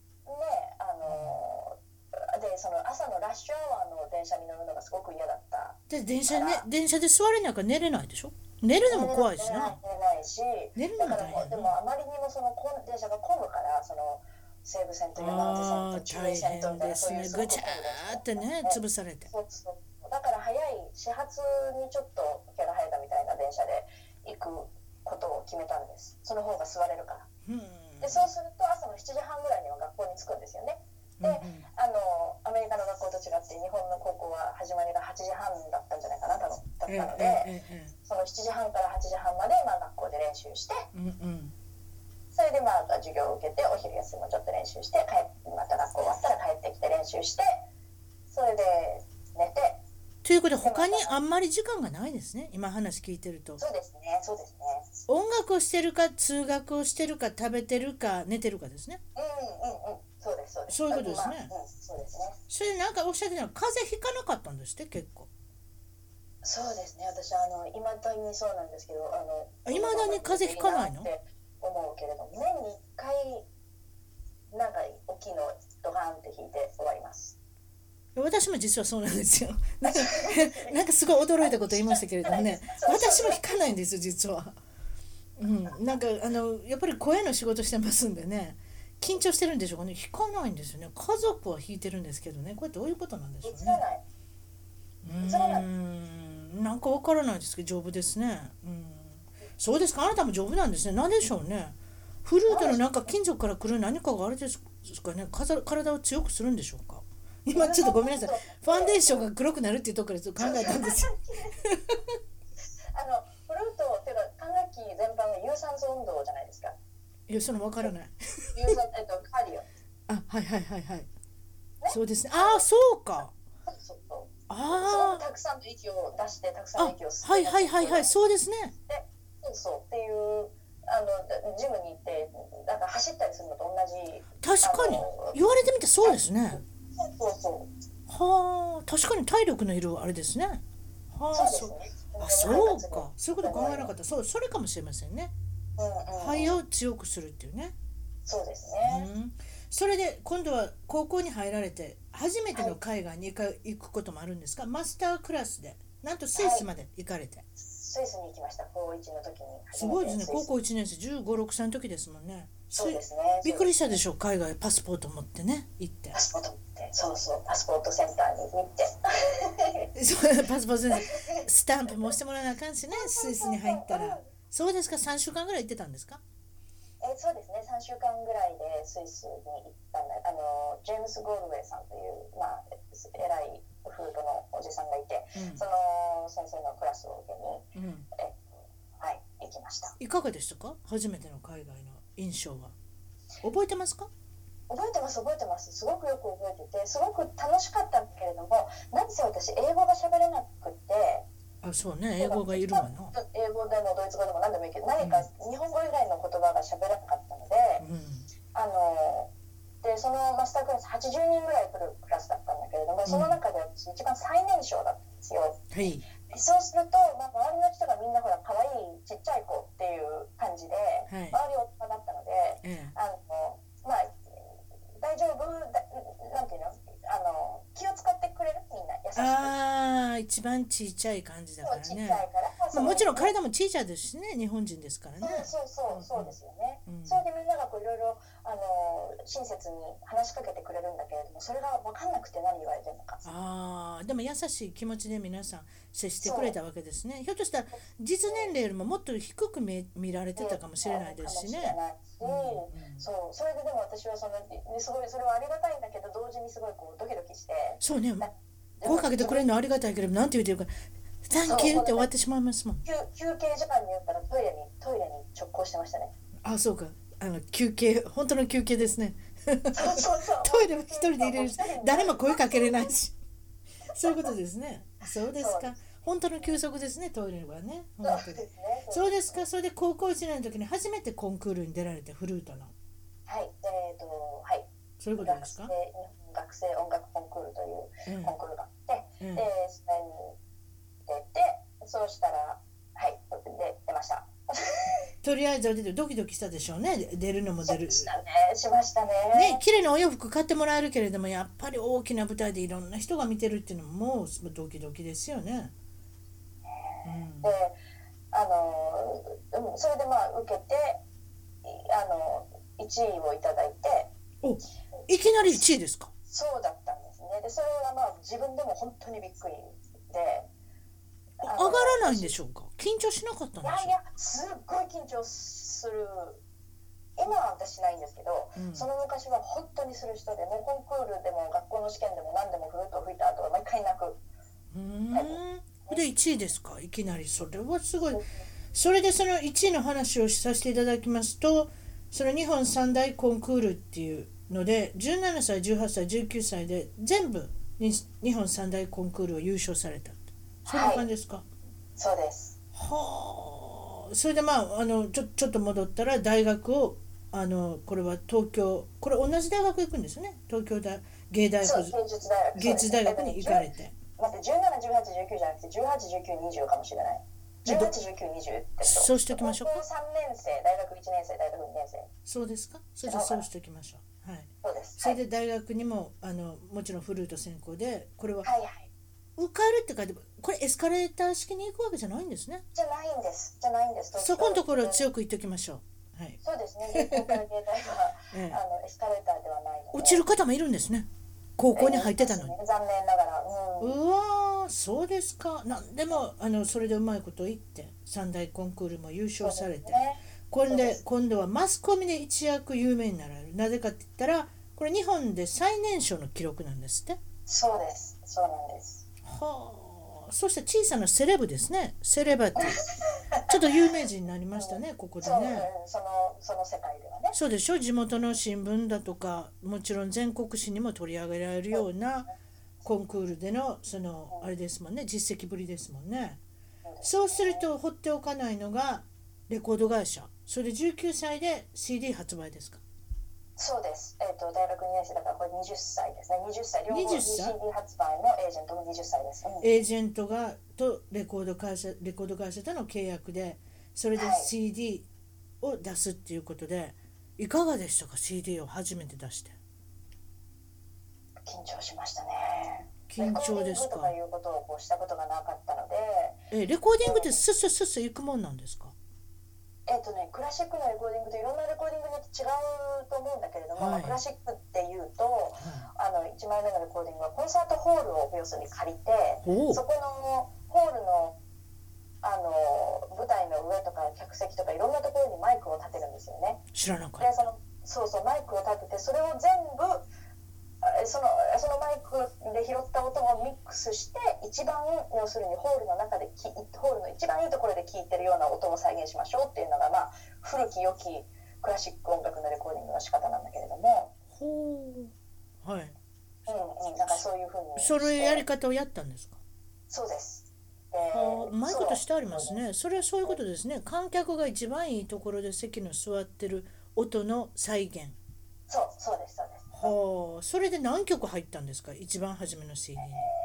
でその朝のラッシュアワーの電車に乗るのがすごく嫌だった。 で電車で座れなきゃ寝れないでしょ。寝るのも怖いしな。 寝れないし、だからでもあまりにもその電車が混むから、その西武線と山手線と中央線とみたいな、そういうぐちゃーってね、潰されて。 だから早い始発にちょっと毛が生えたみたいな電車で行くことを決めたんです。その方が座れるから。でそうすると朝の7時半ぐらいには学校に着くんですよね。で、アメリカの学校と違って日本の高校は始まりが8時半だったんじゃないかな、多分だったので、その7時半から8時半まで学校で練習して、それで授業を受けてお昼休みもちょっと練習してまた学校終わったら帰ってきて練習して、それで寝て。 ということで他にあんまり時間がないですね、今話聞いてると。 そうですね、そうですね。 音楽をしてるか通学をしてるか食べてるか寝てるかですね。 そうですそうです。 そういうことですね。 そうですね。 それでなんかおっしゃってたのは風邪ひかなかったんですって結構。 そうですね、私いまだにそうなんですけど、 いまだに風邪ひかないの？ って思うけれども、年に1回なんか大きいのドカーンって引いて終わります。 私も実はそうなんですよ。なんかすごい驚いたこと言いましたけれどもね、私も引かないんですよ実は。なんかやっぱり声の仕事してますんでね、緊張してるんでしょうかね、引かないんですよね。家族は引いてるんですけどね、これどういうことなんでしょうね。なんかわからないですけど丈夫ですね。そうですか、あなたも丈夫なんですね。なんでしょうね。フルートのなんか金属から来る何かがあれですかね、体を強くするんでしょうか。今ちょっとごめんなさい、ファンデーションが黒くなるっていうところで考えたんですよ。 フルートっていうか管楽器全般は有酸素運動じゃないですか。 いやその分からない。 有酸カーディオ。 はい、そうですね。ああそうか。 すごくたくさんの息を出してたくさんの息を吸って。 はいそうですね。 そうっていうジムに行ってなんか走ったりするのと同じ。 確かに言われてみてそうですね。 はあ確かに体力のいるあれですね。そうか、そういうこと考えなかった。それかもしれませんね。肺を強くするっていうね。 そうですね。 それで今度は高校に入られて初めての海外に行くこともあるんですか？マスタークラスでなんとスイスまで行かれて。 スイスに行きました。高1の時に。 すごいですね。高校1年生15、6歳の時ですもんね。 そうですね。 びっくりしたでしょう。海外パスポート持ってね行って。 パスポート持って、そうパスポートセンターに行って。 そうパスポートセンタースタンプもしてもらわなあかんしね。スイスに入ったら。そうですか。3週間ぐらい行ってたんですか？ そうですね。3週間ぐらいでスイスに行ったんだ。ジェームス・ゴールウェイさんという偉いフルートのおじさんがいて、その先生のクラスを受けに、行きました。 いかがでしたか？初めての海外の印象は覚えてますか？ 覚えてます。すごくよく覚えてて、すごく楽しかったけれども、なんせ私英語が喋れなくて。 そうね、英語がいるわな。 英語でもドイツ語でも何でもいいけど、何か日本語以外の言葉が喋れなかったので、でそのマスタークラス80人ぐらい来るクラスだったんだけれども、その中で私一番最年少だったんですよ。そうすると、周りの人がみんなほら可愛いちっちゃい子っていう感じで、周り大人だったので、大丈夫なんていうの、気を使ってくれる、みんな優しく。 一番ちっちゃい感じだからね。 ちっちゃいからもちろん体も小さいですしね、日本人ですからね。 そうですよね。それでみんながいろいろ親切に話しかけてくれるんだけれども、それが分かんなくて何言われてるのか。 でも優しい気持ちで皆さん接してくれたわけですね。ひょっとしたら実年齢よりももっと低く見られてたかもしれないですしね。 それででも私はすごいそれはありがたいんだけど、同時にすごいドキドキして。 そうね、声かけてくれるのはありがたいけれど、なんて言うてるか「サンキュー」って終わってしまいますもん。 休憩時間に言ったらトイレに直行してましたね。 そうか、休憩、本当の休憩ですね。トイレは一人で入れるし、誰も声かけれないし。そういうことですね。そうですか。本当の休息ですね、トイレはね。そうですか。それで高校1年の時に初めてコンクールに出られて、フルートの。 はい、 そういうことですか。 学生音楽コンクールというコンクールがあって、それに出て、そうしたら出ました。 とりあえずドキドキしたでしょうね。出るのも出る。 しましたね。 綺麗なお洋服買ってもらえるけれども、やっぱり大きな舞台でいろんな人が見てるっていうのももうドキドキですよね。 で、それで受けて1位をいただいて。 いきなり1位ですか？ そうだったんですね。でそれは自分でも本当にびっくりで、 ないんでしょうか。緊張しなかったんでしょうか。 いやすっごい緊張する。今は私しないんですけど、その昔は本当にする人で、もうコンクールでも学校の試験でも何でもフルートを吹いた後は毎回泣く。 で1位ですか、いきなり。それはすごい。それでその1位の話をさせていただきますと、その日本三大コンクールっていうので17歳18歳19歳で全部に日本三大コンクールを優勝された。そんな感じですか。はい、 そうです。 はあ。それでちょっと戻ったら大学をこれは東京、これ同じ大学行くんですね。東京大芸大附属芸術大学に行かれて。 待って、17、18、19じゃなくて18、19、20かもしれない。18、19、20ってそうしておきましょうか。 高校3年生、大学1年生、大学2年生。 そうですか。それでそうしておきましょう。はい。 そうです。 それで大学にももちろんフルート専攻で、これははいはい。 受かるって書いて、これエスカレーター式に行くわけじゃないんですね。 じゃないんです。じゃないんです。 そこのところを強く言っておきましょう。はい。 そうですね。高校から芸大は、エスカレーターではないので。 落ちる方もいるんですね。高校に入ってたのに。 残念ながら。 うわ、そうですか。でもそれでうまいこと言って三大コンクールも優勝されて、今度はマスコミで一躍有名になられる。なぜかって言ったら、これ日本で最年少の記録なんですって。 そうです。そうなんです。 はあ。そして小さなセレブですね。セレバティちょっと有名人になりましたね、ここでね。 その世界ではね。 そうでしょ。地元の新聞だとか、もちろん全国紙にも取り上げられるようなコンクールでのあれですもんね、実績ぶりですもんね。そうすると放っておかないのがレコード会社。それで19歳で CD 発売ですか。 そうです。大学2年生だからこれ20歳ですね。20歳。両方 CD 発売のエージェントも20歳です。 エージェントがとレコード会社との契約で、それで CD を出すっていうことで、いかがでしたか。 CD を初めて出して。 緊張しましたね。 緊張ですか。 レコーディングとかいうことをしたことがなかったので。 レコーディングってスッス行くもんなんですか。 クラシックのレコーディングといろんなレコーディングによって違うと思うんだけれども、クラシックっていうと、1枚目のレコーディングはコンサートホールを要するに借りて、そこのホールの舞台の上とか客席とかいろんなところにマイクを立てるんですよね。 知らなかった。 でそうマイクを立てて、それを全部そのマイクで拾った音をミックスして、一番要するにホールの中でホールの一番いいところで聴いてるような音を再現しましょうっていうのが、古き良きクラシック音楽のレコーディングの仕方なんだけれども。 はい。 なんかそういうふうにそれやり方をやったんですか。 そうです。 うまいことしてありますね。それはそういうことですね。観客が一番いいところで席の座ってる音の再現。 そうです。 それで何曲入ったんですか、一番初めの CD に。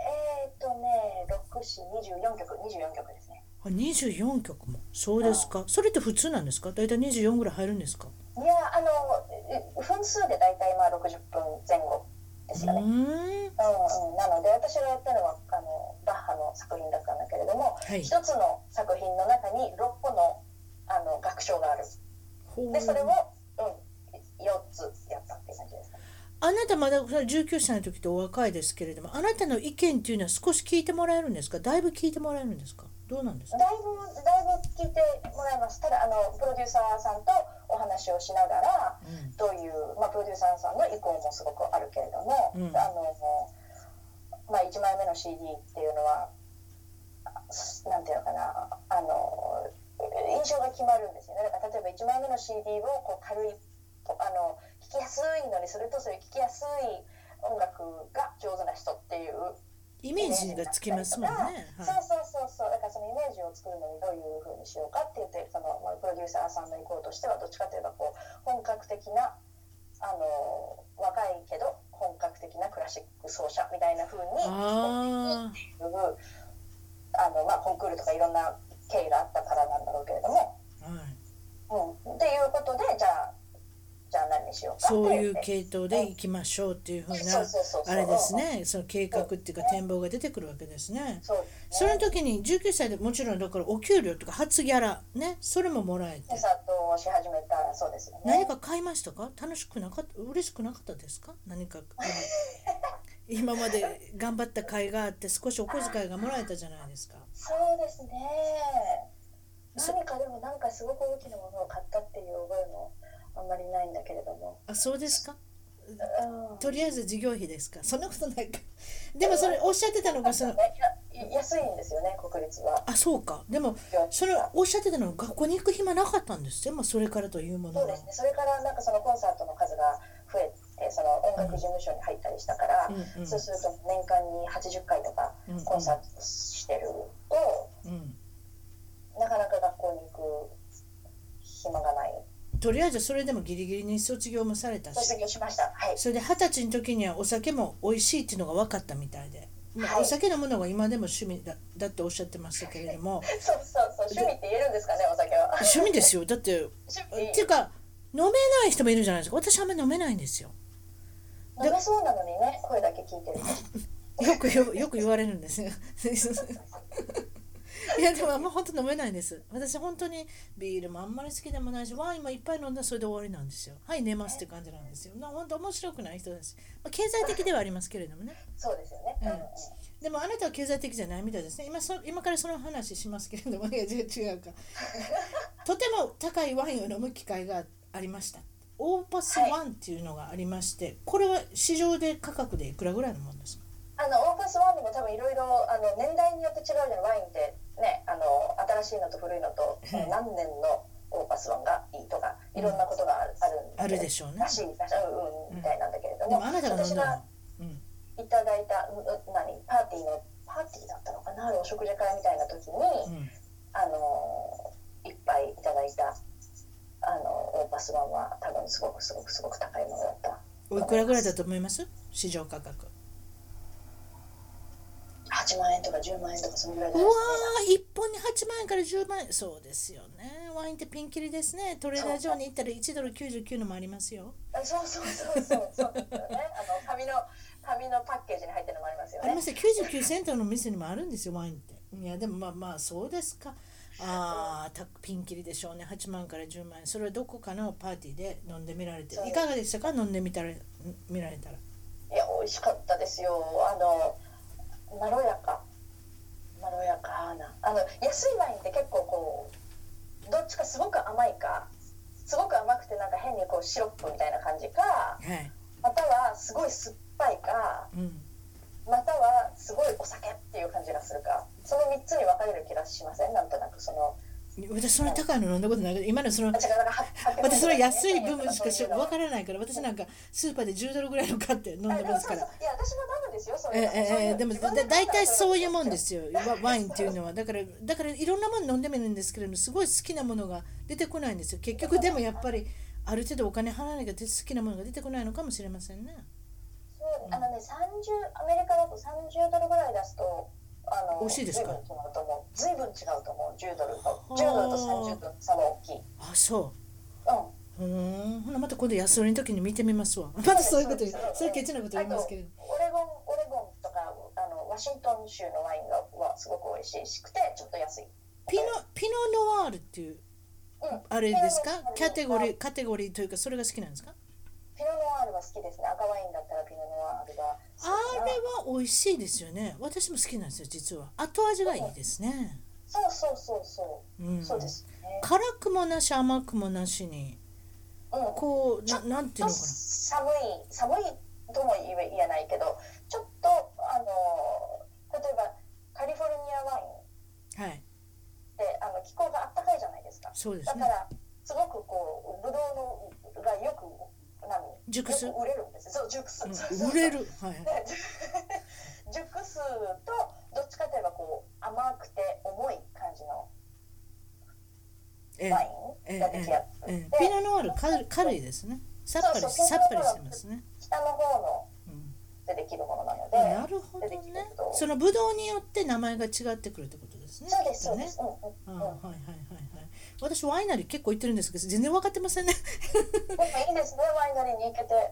6、4、24曲ですね。 24曲も。そうですか。それって普通なんですか。だいたい24ぐらい入るんですか。 いや、分数でだいたい60分前後ですよね。なので私がやったのはバッハの作品だったんだけれども、一つの作品の中に6個の楽章がある。でそれを、4つやったっていう感じです。 あなたまだ19歳の時ってお若いですけれども、あなたの意見っていうのは少し聞いてもらえるんですか。だいぶ聞いてもらえるんですか。どうなんですか。 だいぶ聞いてもらいます。ただプロデューサーさんとお話をしながら、どういう、プロデューサーさんの意向もすごくあるけれども、1枚目の CD っていうのはなんていうのかな、印象が決まるんですよね。だから例えば1枚目の CD を軽い聴きやすいのにすると、そういう聴きやすい音楽が上手な人っていうイメージがつきますもんね。 そうだからそのイメージを作るのにどういう風にしようかって言って、プロデューサーさんの意向としてはどっちかといえば本格的な若いけど本格的なクラシック奏者みたいな風にコンクールとかいろんな経緯があったからなんだろうけれども、っていうことでじゃあ何にしようか、 そういう系統でいきましょうっていうふうなあれですね。その計画っていうか展望が出てくるわけですね。その時に19歳でもちろんだからお給料とか初ギャラね、それももらえてコンサートをし始めたそうですよね。 何か買いましたか。楽しくなかった、嬉しくなかったですか。何か今まで頑張った甲斐があって少しお小遣いがもらえたじゃないですか。 そうですね。何かでもなんかすごく大きなものを買ったっていう覚えもあんまりないんだけれども。 あ、そうですか。 うん、 とりあえず事業費ですか。そんなことないか。でもそれおっしゃってたのがその、 安いんですよね、国立は。 あ、そうか。でもそのおっしゃってたのが学校に行く暇なかったんですよ。まあそれからというものは。 そうですね。それからなんかそのコンサートの数が増えて、その音楽事務所に入ったりしたから、そうすると年間に80回とかコンサートしてると、なかなか学校に行く暇がない。 とりあえずそれでもギリギリに卒業もされたし、 卒業しました。はい。 それで20歳の時にはお酒も美味しいっていうのが分かったみたいで、 はい、 お酒飲むのが今でも趣味だっておっしゃってましたけれどもそう趣味って言えるんですかね、お酒は。 趣味ですよ。だってっていうか飲めない人もいるじゃないですか。私あんまり飲めないんですよ。 飲めそうなのにね、声だけ聞いてるとよく言われるんですよいやでもあんま本当飲めないんです。私本当にビールもあんまり好きでもないし、ワインもいっぱい飲んだらそれで終わりなんですよ。はい、寝ますって感じなんですよ。本当面白くない人です。経済的ではありますけれどもね。 そうですよね。 でもあなたは経済的じゃないみたいですね。今からその話しますけれども、いや違うかとても高いワインを飲む機会がありました。オーパスワンっていうのがありまして、これは市場で価格でいくらぐらいのものですか？ オーパスワンにも多分いろいろ年代によって違うじゃない。ワインってね、新しいのと古いのと、何年のオーパスワンがいいとかいろんなことがあるでしょうね。 らしいみたいなんだけれども、 でもあなたが飲んだのいただいたパーティーだったのかな、お食事会みたいな時に、一杯いただいたオーパスワンは多分すごく高いものだった。 おいくらぐらいだと思います？市場価格 8万円とか10万円とかそのぐらいですね。 うわー、1本に8万円から10万円。そうですよね。ワインってピンキリですね。トレーダー上に行ったら1ドル99のもありますよ。 そうですよね。紙のパッケージに入ってるのもありますよね。 ありますよ。99セントの店にもあるんですよ、ワインって。いやでもまあそうですか。ピンキリでしょうね。8万から10万円。それはどこかのパーティーで飲んでみられて、いかがでしたか？飲んで見られたら。 いや美味しかったですよ。まろやかな安いワインって結構こうどっちかすごく甘いか、すごく甘くてなんか変にこうシロップみたいな感じか、またはすごい酸っぱいか、またはすごいお酒っていう感じがするか、その3つに分かれる気がしません？なんとなく私それ高いの飲んだことないけど、今の私それ安い部分しか分からないから、私なんかスーパーで10ドルぐらいの買って飲んでますから。 いや私も飲むんですよ、そういうの。 でも大体そういうもんですよ、ワインっていうのは。だからいろんなもの飲んでみるんですけれども、すごい好きなものが出てこないんですよ結局。でもやっぱりある程度お金払わなきゃ好きなものが出てこないのかもしれませんね。 アメリカだと30ドルぐらい出すと美味しいですか？ 随分違うと思う。10ドルと30ドル差は大きい。 あ、そう。ほなまた今度安売りの時に見てみますわ。またそういうことそういうケチなこと言いますけれど。 オレゴンとかワシントン州のワインはすごく美味しくてちょっと安い。 ピノノワールっていう、あれですか？カテゴリーというかそれが好きなんですか？ ピノノワールは好きですね。赤ワインだったらピノノワールがあれは美味しいですよね。私も好きなんですよ実は。後味がいいですね。 そうそうですね。 辛くもなし甘くもなしに、こうなんていうのかな、 寒いとも言えないけど、ちょっと例えばカリフォルニアワインで気候が暖かいじゃないですか。 そうですね。 だからすごくこうブドウのがよく熟す売れるんですよ。そう熟す、 売れる、 熟すとどっちかといえばこう甘くて重い感じのワインが出来上がって、 ピノノワール軽いですね。さっぱりしてますね。 北の方のでできるものなので。 なるほどね。そのブドウによって名前が違ってくるってことですね。 そうです。 私ワイナリー結構行ってるんですけど全然分かってませんね。 でもいいですね、ワイナリーに行けて。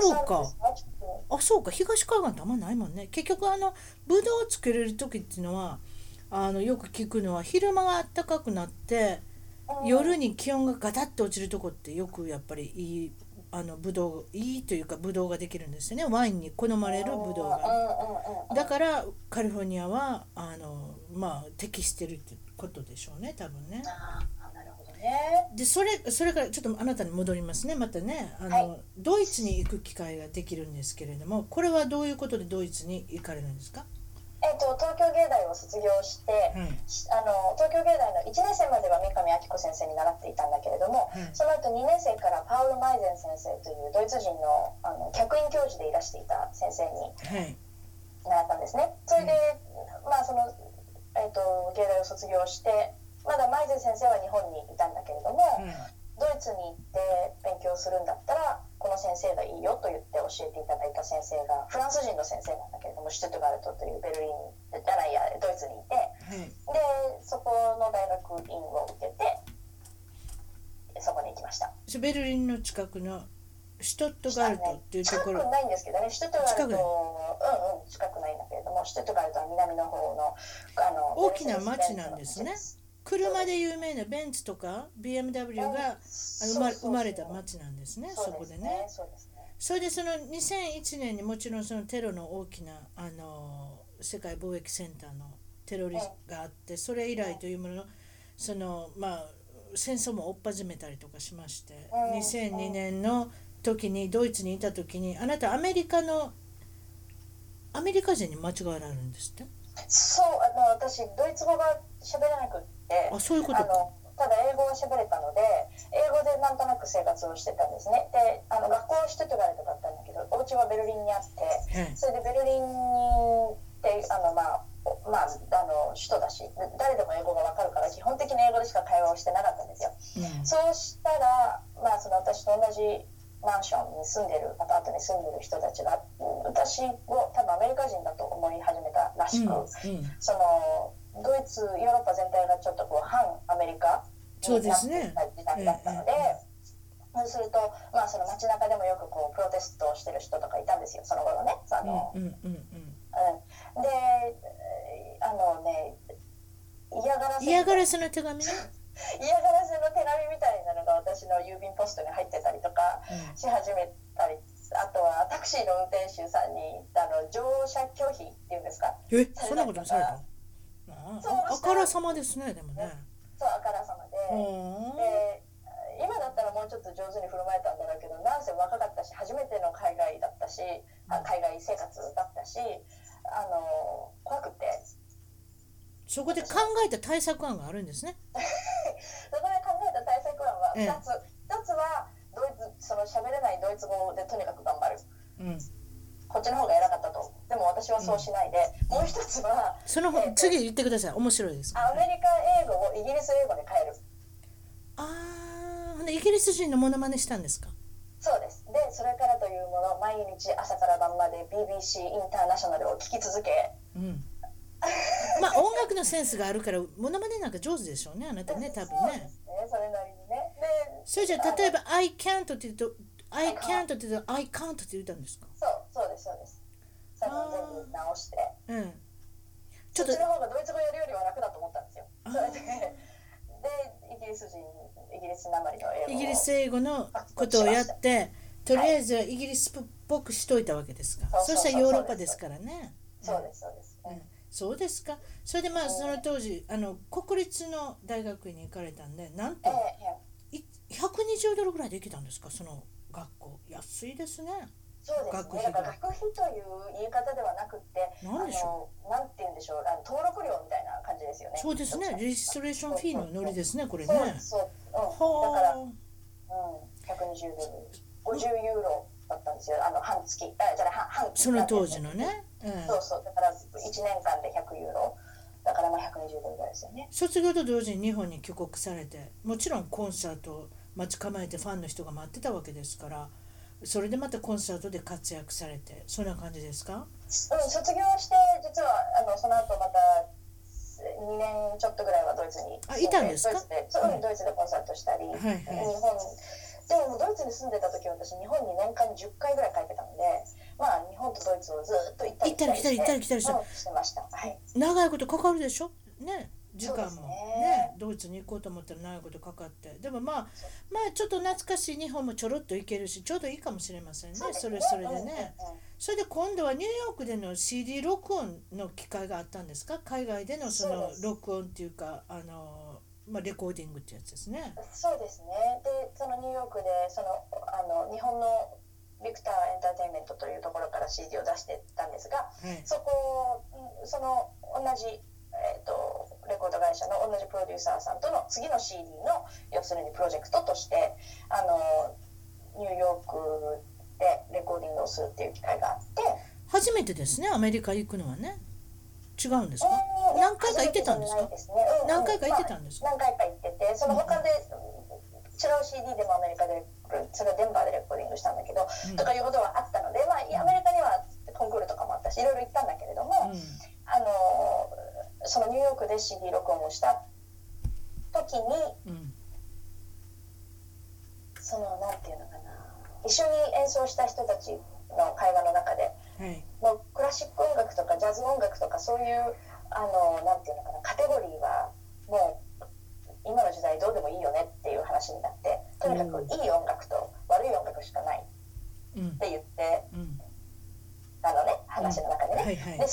そうか。東海岸ってあんまないもんね。結局ブドウを作れる時っていうのはよく聞くのは昼間が暖かくなって、夜に気温がガタッと落ちるとこってよくやっぱりいいブドウいいというかブドウができるんですよね。ワインに好まれるブドウが。だからカリフォルニアは適してるってことでしょうね、多分ね。 なるほどね。 でそれからちょっとあなたに戻りますね。またねドイツに行く機会ができるんですけれども、これはどういうことでドイツに行かれるんですか？ 東京芸大を卒業して、東京芸大の1年生までは三上明子先生に習っていたんだけれども、その後2年生からパウル・マイゼン先生というドイツ人の、客員教授でいらしていた先生に習ったんですね。それで、芸大を卒業して、まだマイゼン先生は日本にいたんだけれども、ドイツに行って勉強するんだったらこの先生がいいよと言って教えていただいた先生がフランス人の先生なんだけれども、シュトゥットガルトというドイツにいて、でそこの大学院を受けてそこに行きました。 ベルリンの近くのシュトットガルトっていうところ、 近くないんですけどね、シュトゥットガルト近くないんだけれども、シュトゥットガルトは南の方の大きな町なんですね。車で有名なベンツとか BMW が生まれた町なんですね。そこでね。それでその2001年にもちろんそのテロの大きな世界貿易センターのテロリストがあって、それ以来というものの戦争も追っ始めたりとかしまして、2002年の時にドイツにいた時にあなたアメリカ人に間違えられるんですって？ そう、私ドイツ語が喋れなくって、 そういうことか。 ただ英語は喋れたので英語でなんとなく生活をしてたんですね。で学校はシュトゥットガルトだったんだけど、お家はベルリンにあって、それでベルリンって首都だし誰でも英語が分かるから基本的に英語でしか会話をしてなかったんですよ。そうしたら、私と同じマンションに住んでるアパートに住んでる人たちが私を多分アメリカ人だと思い始めたらしく、そのドイツヨーロッパ全体がちょっと反アメリカになっていた時代だったので、そうすると、その街中でもよくプロテストをしてる人とかいたんですよ、その頃ね。で嫌がらせの手紙ね嫌がらせの手紙みたいなのが私の郵便ポストに入ってたりとかし始めたり、あとはタクシーの運転手さんに乗車拒否っていうんですか、 そんなことされた？あからさまですね。でもね、 そうあからさまで、今だったらもうちょっと上手に振る舞えたんだろうけど、なんせ若かったし初めての海外だったし、海外生活だったし、怖くて、 そこで考えた対策案があるんですね。 そこで考えた対策案は2つ。1つはその喋れないドイツ語でとにかく頑張る、こっちの方が偉かったと。でも私はそうしないで、もう一つはその次言ってください。面白いです。 アメリカ英語をイギリス英語に変える。 イギリス人のモノマネしたんですか？ そうです。でそれからというもの、毎日朝から晩まで BBC インターナショナルを聞き続け、 音楽のセンスがあるからモノマネなんか上手でしょうね、あなたね、多分ね。 そうですね、それなりにね。 それじゃあ例えば I can't って言うと I can't って言うと I can't って言ったんですか？ そうです。それを全部直して、 ちょっとそっちの方がドイツ語やるよりは楽だと思ったんですよ。それでイギリスなまりの英語、 イギリス英語のことをやって、とりあえずイギリスっぽくしといたわけですか？そしたらヨーロッパですからね。 そうです。 そうですか。それでその当時国立の大学院に行かれたんで、なんと120ドルぐらいで行けたんですか？その学校安いですね。 そうですね。だから学費という言い方ではなくて、なんて言うんでしょう、登録料みたいな感じですよね。 そうですね。レジストレーションフィーのノリですね、これね。 だから120ドル、50ユーロだったんですよ。半月、半その当時のね。 そうだから1年間で100ユーロ。だから120ドルぐらいですよね。 卒業と同時に日本に帰国されて、もちろんコンサートを待ち構えてファンの人が待ってたわけですから、それでまたコンサートで活躍されて、そんな感じですか？ 卒業して実はその後また2年ちょっとぐらいはドイツにいたんですか？ ドイツでコンサートしたり、日本でもドイツに住んでた時は私日本に年間10回ぐらい帰ってたので、日本とドイツをずっと行ったり来たりしてました。 長いことかかるでしょね、時間もね。 ドイツに行こうと思ったら長いことかかって、でもまあちょっと懐かしい日本もちょろっと行けるし、ちょうどいいかもしれませんね。それでね、それで今度はニューヨークでの CD 録音の機会があったんですか？海外でのその録音っていうかレコーディングってやつですね。 そうですね。でそのニューヨークで日本のビクターエンターテインメントというところから CD を出してたんですが、その同じ、レコード会社の同じプロデューサーさんとの次の CD の要するにプロジェクトとしてニューヨークでレコーディングをするっていう機会があって、 初めてですね、アメリカ行くのはね。違うんですか？何回か行ってたんですか？何回か行ってたんですか？ 何回か行ってて、その他で違う CD でもアメリカでそれをデンバーでレコーディングしたんだけど、とかいうことはあったので、アメリカにはコンクールとかもあったしいろいろ行ったんだけれども、そのニューヨークで CD 録音をした時に、そのなんていうのかな、一緒に演奏した人たちの会話の中で、もうクラシック音楽とかジャズ音楽とかそういうなんていうのかな、カテゴリーはもう今の時代どうでもいいよねっていう話になって、とにかくいい音楽と悪い音楽しかないって言ってたのね、話の中でね。で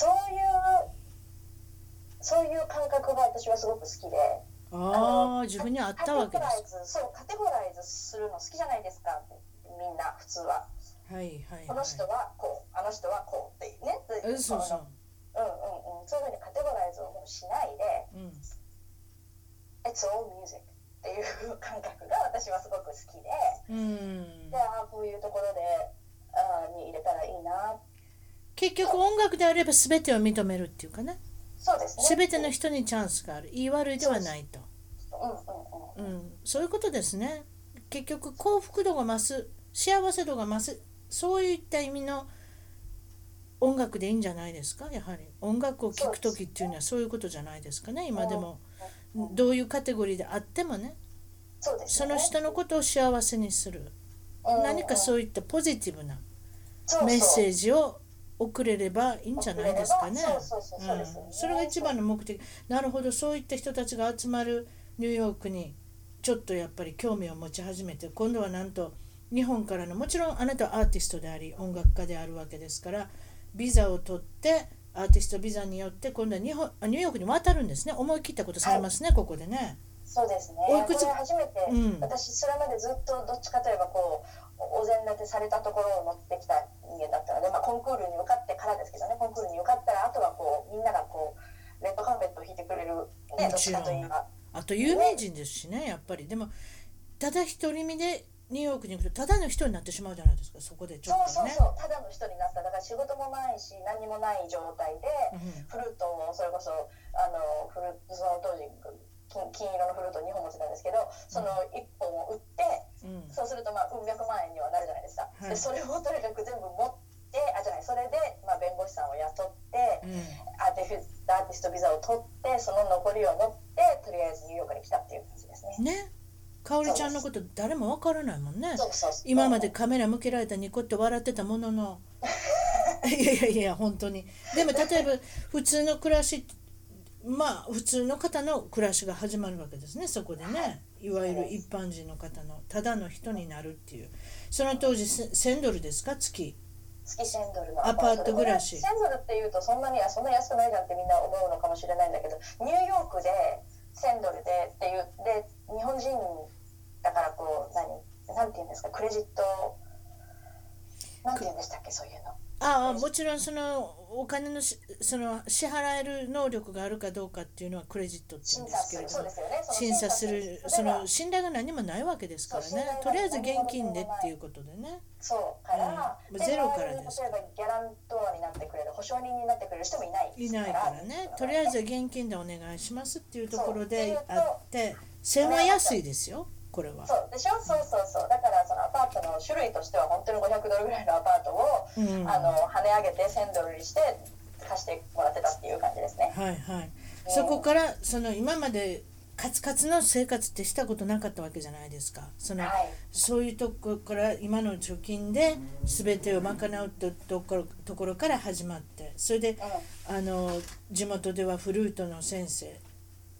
そういう感覚が私はすごく好きで、 自分にあったわけです。 カテゴライズするの好きじゃないですか、みんな普通は。この人はこう、あの人はこうっていうね。そういうふうにカテゴライズをもうしないで、It's all music っていう感覚が私はすごく好きで、こういうところでに入れたらいいな。 結局音楽であれば全てを認めるっていうかね。 そうですね。 全ての人にチャンスがある。いい悪いではないと。そういうことですね。結局幸福度が増す、幸せ度が増す、そういった意味の音楽でいいんじゃないですか。やはり音楽を聴くときっていうのはそういうことじゃないですかね。今でもどういうカテゴリーであってもね、その人のことを幸せにする、何かそういったポジティブなメッセージを送れればいいんじゃないですかね。それが一番の目的。なるほど、そういった人たちが集まるニューヨークにちょっとやっぱり興味を持ち始めて、今度はなんと日本からの、もちろんあなたはアーティストであり音楽家であるわけですから、ビザを取ってアーティストビザによって今度はニューヨークに渡るんですね。思い切ったことされますね、ここでね。 そうですね。これ初めて、私それまでずっとどっちかといえばこうお膳立てされたところを乗ってきた人間だったので、コンクールに受かってからですけどね、コンクールに受かったらあとはこうみんながこうレッドカーペットを引いてくれる、ね、どっちかといえば。 あと有名人ですしね、やっぱり。でもただ一人身でニューヨークに行くとただの人になってしまうじゃないですか。そこでちょっとね。 ただの人になった。だから仕事もないし何もない状態で、フルートをそれこそその当時金色のフルートを2本持ってたんですけど、その1本を売って、そうするとうん百万円にはなるじゃないですか。でそれをとにかく全部持ってそれで弁護士さんを雇って、アーティストビザを取って、その残りを持ってとりあえずニューヨークに来たっていう感じですね。 かおりちゃんのこと誰もわからないもんね。今までカメラ向けられたニコッと笑ってたもののいや本当に。でも例えば普通の暮らし、普通の方の暮らしが始まるわけですね、そこでね。いわゆる一般人の方のただの人になるっていう。その当時$1000ですか、月 $1000のアパート暮らし。 $1000っていうとそんな安くないじゃんってみんな思うのかもしれないんだけど、ニューヨークで$1000でっていうで、日本人だからこうなんていうんですか、クレジットなんていうんでしたっけ、そういうの。 もちろんそのお金のその支払える能力があるかどうかっていうのはクレジットって言うんですけれども、審査するその信頼が何もないわけですからね。とりあえず現金でっていうことでね。 そうから、 ゼロからですから。 例えばギャラントアになってくれる、保証人になってくれる人もいないからね。とりあえず現金でお願いしますっていうところであって、1000は安いですよ。これはそうでしょ。だからそのアパートの種類としては本当に$500ぐらいのアパートを、跳ね上げて$1000にして貸してもらってたっていう感じですね。 そこからその今までカツカツの生活ってしたことなかったわけじゃないですか。そういうところから今の貯金で全てを賄うところから始まって、それで、地元ではフルートの先生、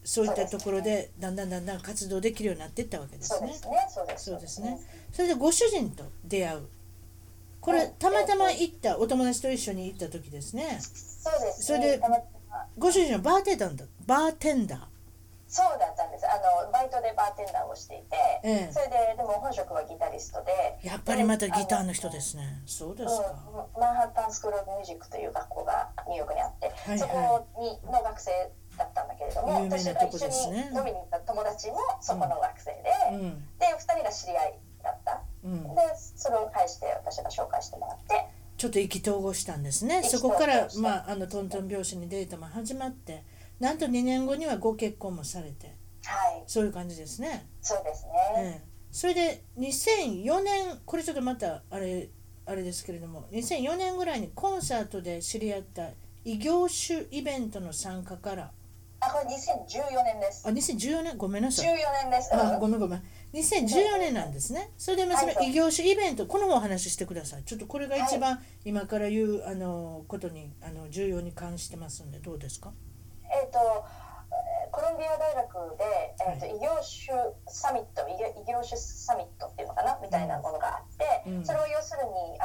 そういったところでだんだん活動できるようになっていったわけですね。そうですね。それでご主人と出会う。これたまたま行ったお友達と一緒に行った時ですね。 そうです。 それでご主人はバーテンダー。 そうだったんです。バイトでバーテンダーをしていて、それででも本職はギタリストで、 やっぱりまたギターの人ですね。そうですか。 マンハッタンスクール・オブ・ミュージックという学校がニューヨークにあって、そこの学生だったんだけれども、私が一緒に飲みに行った友達もそこの学生で、で2人が知り合いだった。でそれを介して私が紹介してもらって、 ちょっと意気投合したんですね。そこからトントン拍子にデートも始まって、なんと2年後にはご結婚もされて、そういう感じですね。 そうですね。 それで2004年、これちょっとまたあれですけれども、2004年ぐらいにコンサートで知り合った異業種イベントの参加から、 これ2014年です。 2014年、ごめんなさい。 14年です。 ごめん。2014年なんですね。それでその異業種イベント、このお話ししてください。ちょっとこれが一番今から言うことに重要に関してますんで、どうですか？ コロンビア大学で、異業種サミットっていうのかなみたいなものがあって、それを要するに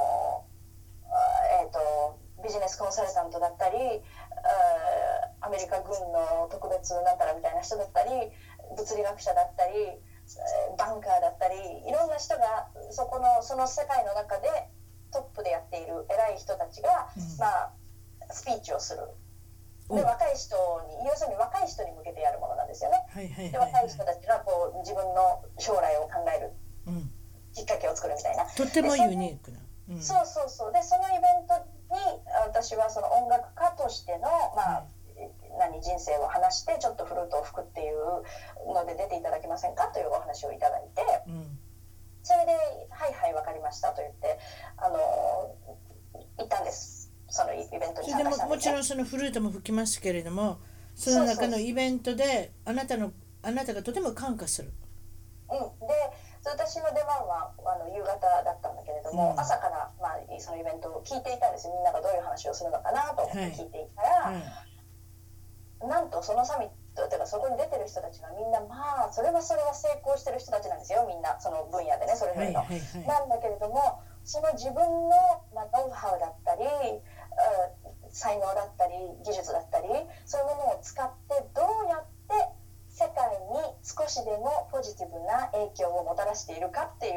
ビジネスコンサルタントだったり、アメリカ軍の特別なんたらみたいな人だったり、物理学者だったり、バンカーだったり、いろんな人がその世界の中でトップでやっている偉い人たちが、スピーチをする。で若い人に、要するに若い人に向けてやるものなんですよね。で若い人たちが自分の将来を考えるきっかけを作るみたいな。 とってもユニークな。 そうでそのイベントに私はその音楽家としての人生を話して、ちょっとフルートを吹くっていうので出ていただけませんかというお話をいただいて、それではいわかりましたと言って行ったんです。そのイベントに参加したんですね。 もちろんそのフルートも吹きますけれども、その中のイベントであなたがとても感化する。 で私の出番は夕方だったんだけれども、朝からそのイベントを聞いていたんですよ。みんながどういう話をするのかなと思って聞いていたら、なんとそのサミットというかそこに出てる人たちがみんなそれは成功してる人たちなんですよ。みんなその分野でね、それぞれの。なんだけれども、その自分のノウハウだったり才能だったり技術だったり、そういうものを使ってどうやって世界に少しでもポジティブな影響をもたらしているかっていう、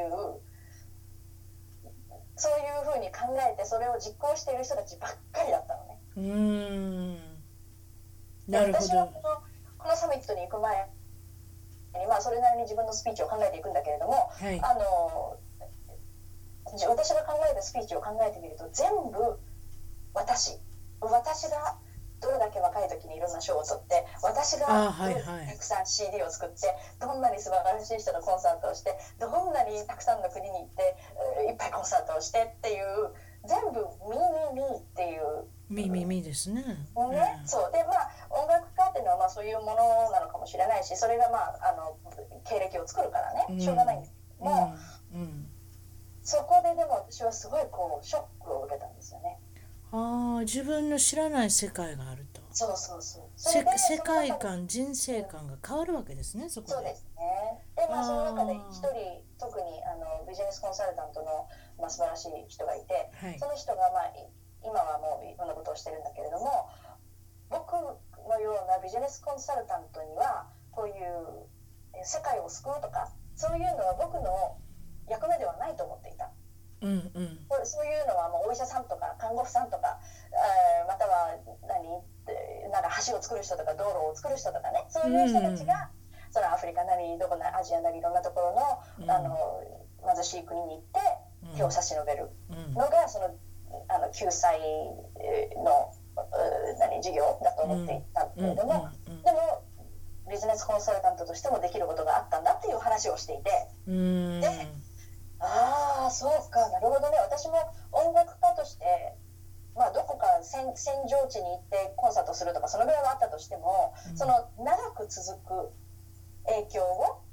そういうふうに考えてそれを実行している人たちばっかりだったのね。 なるほど。 私はこのサミットに行く前に、それなりに自分のスピーチを考えていくんだけれども、私が考えたスピーチを考えてみると、全部私がどれだけ若い時にいろんな賞を取って、私がたくさん CD を作って、どんなに素晴らしい人のコンサートをして、どんなにたくさんの国に行っていっぱいコンサートをしてっていう、全部ミーっていうミですね。 そうで音楽家っていうのはそういうものなのかもしれないし、それが経歴を作るからね、しょうがないんですけども、そこででも私はすごいショックを受けたんですよね。 自分の知らない世界があると。世界観、人生観が変わるわけですね、そこで。 そうですね。でその中で一人特にビジネスコンサルタントの素晴らしい人がいて、その人が今はもういろんなことをしてるんだけれども、僕のようなビジネスコンサルタントにはこういう世界を救うとか、そういうのは僕の役目ではないと思っていた。そういうのはお医者さんとか看護婦さんとか、または橋を作る人とか道路を作る人とかね、そういう人たちがそのアフリカなりアジアなりいろんなところの貧しい国に行って手を差し伸べるのがその救済の事業だと思っていたけれども、でもビジネスコンサルタントとしてもできることがあったんだっていう話をしていて、でそうか、なるほどね。私も音楽家としてどこか戦場地に行ってコンサートするとかそのぐらいはあったとしても、その長く続く影響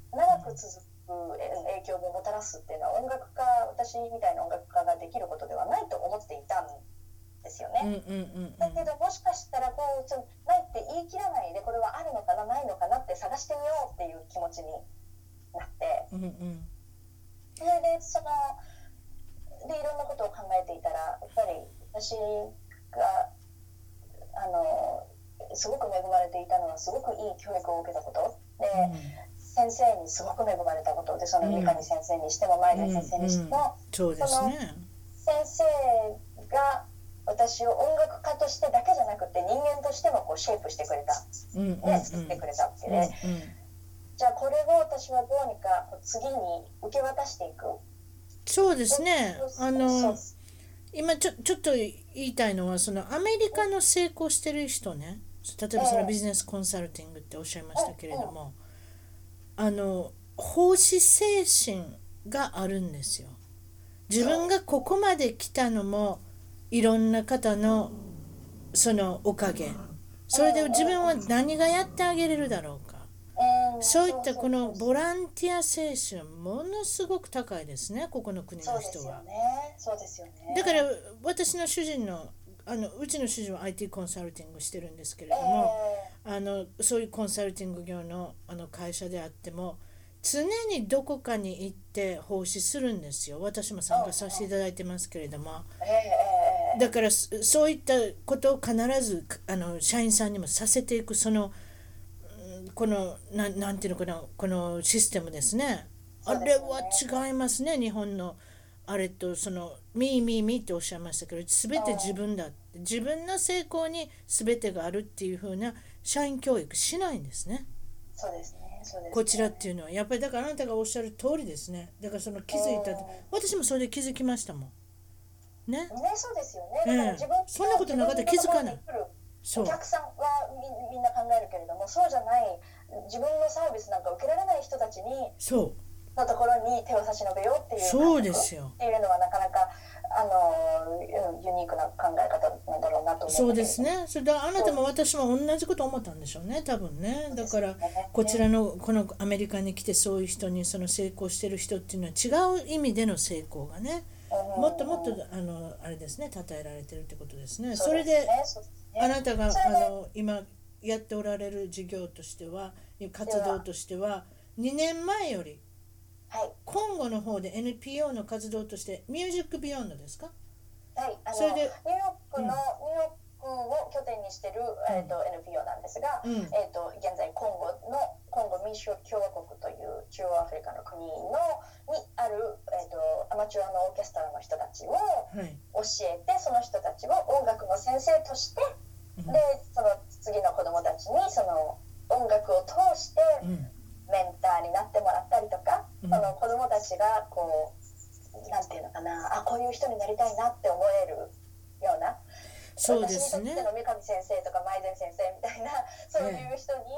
ももたらすっていうのは私みたいな音楽家ができることではないと思っていたんですよね。だけどもしかしたらないって言い切らないで、これはあるのかなないのかなって探してみようっていう気持ちになって、それでいろんなことを考えていたら、やっぱり私がすごく恵まれていたのは、すごくいい教育を受けたことで、先生にすごく恵まれたことで、三上先生にしても前田先生にしても、 そうですね、 先生が私を音楽家としてだけじゃなくて人間としてもシェイプしてくれた、作ってくれたわけで、じゃあこれを私はどうにか次に受け渡していく。 そうですね。今ちょっと言いたいのは、アメリカの成功してる人ね、例えばビジネスコンサルティングっておっしゃいましたけれども、奉仕精神があるんですよ。自分がここまで来たのもいろんな方のおかげ、それで自分は何がやってあげれるだろうか、そういったこのボランティア精神ものすごく高いですね、ここの国の人は。 そうですよね。 だから私の主人のうちの主人は IT コンサルティングしてるんですけれども、そういうコンサルティング業の会社であっても常にどこかに行って奉仕するんですよ。私も参加させていただいてますけれども、だからそういったことを必ず社員さんにもさせていく、このなんていうのかな、このシステムですね。あれは違いますね、日本のあれと。ミーっておっしゃいましたけど、全て自分だ、自分の成功に全てがあるっていう風な社員教育しないんですね。 そうですね。 こちらっていうのはやっぱり、だからあなたがおっしゃる通りですね。だから気づいた私もそれで気づきましたもんね。 そうですよね。だから自分そんなことなかったら気づかない。 お客さんはみんな考えるけれども、そうじゃない自分のサービスなんか受けられない人たちにのところに手を差し伸べようっていうそうですよっていうのはなかなかユニークな考え方なんだろうなと思う。 そうですね。それであなたも私も同じこと思ったんでしょうね、多分ね。だからこちらのこのアメリカに来てそういう人に成功してる人っていうのは違う意味での成功がね、もっともっとあれですね、称えられてるってことですね。それであなたが今やっておられる事業としては、活動としては2年前よりコンゴの方で NPO の活動としてミュージックビヨンドですか？ はい、それでニューヨークを拠点にしている、NPO なんですが、現在コンゴ民主共和国という中央アフリカの国にある、アマチュアのオーケストラの人たちを教えて、その人たちを音楽の先生として、でその次の子どもたちに音楽を通してメンターになってもらったりとか、その子どもたちがなんていうのかな、こういう人になりたいなって思えるような、 そうですね、 私にとっての三上先生とか前田先生みたいな、そういう人に、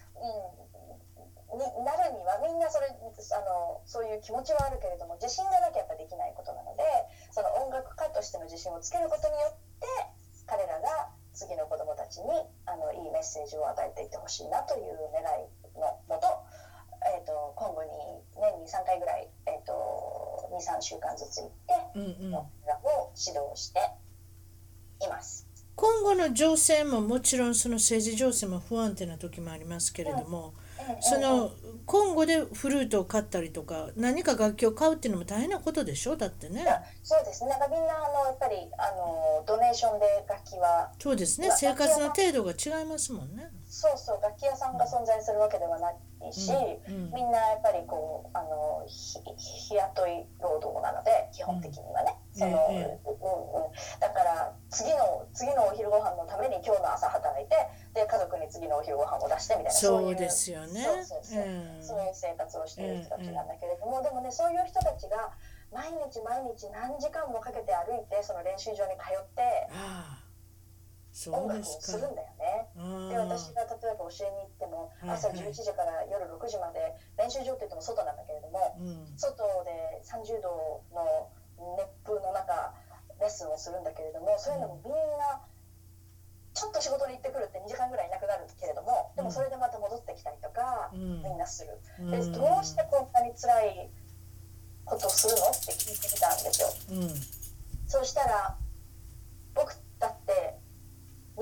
なるにはみんなそういう気持ちはあるけれども、自信がなきゃやっぱできないことなので、その音楽家としての自信をつけることによって彼らが次の子どもたちにいいメッセージを与えていってほしいなという願いのもと、今後に年に3回ぐらい、2、3週間ずつ行って、音楽を指導しています。 今後の情勢ももちろん政治情勢も不安定な時もありますけれども、今後でフルートを買ったりとか何か楽器を買うっていうのも大変なことでしょ、だってね。 そうですね。みんなやっぱりドネーションで楽器は、 そうですね、生活の程度が違いますもんね。 そう楽器屋さんが存在するわけではないし、みんなやっぱり日雇い労働なので、基本的にはね、だから次のお昼ご飯のために今日の朝働いて、で家族に次のお昼ご飯を出してみたいな、 そうですよね。 そういう生活をしている人たちなんだけれども、でもね、そういう人たちが毎日何時間もかけて歩いてその練習場に通って音楽をするんだよね。で、私が例えば教えに行っても朝11時から夜6時まで、練習場って言っても外なんだけれども、外で30度の熱風の中レッスンをするんだけれども、そういうのもみんなちょっと仕事に行ってくるって2時間ぐらいいなくなるけれども、でもそれでまた戻ってきたりとか、みんなする。で、どうしてこんなに辛いことをするのって聞いてみたんですよ。そうしたら、僕た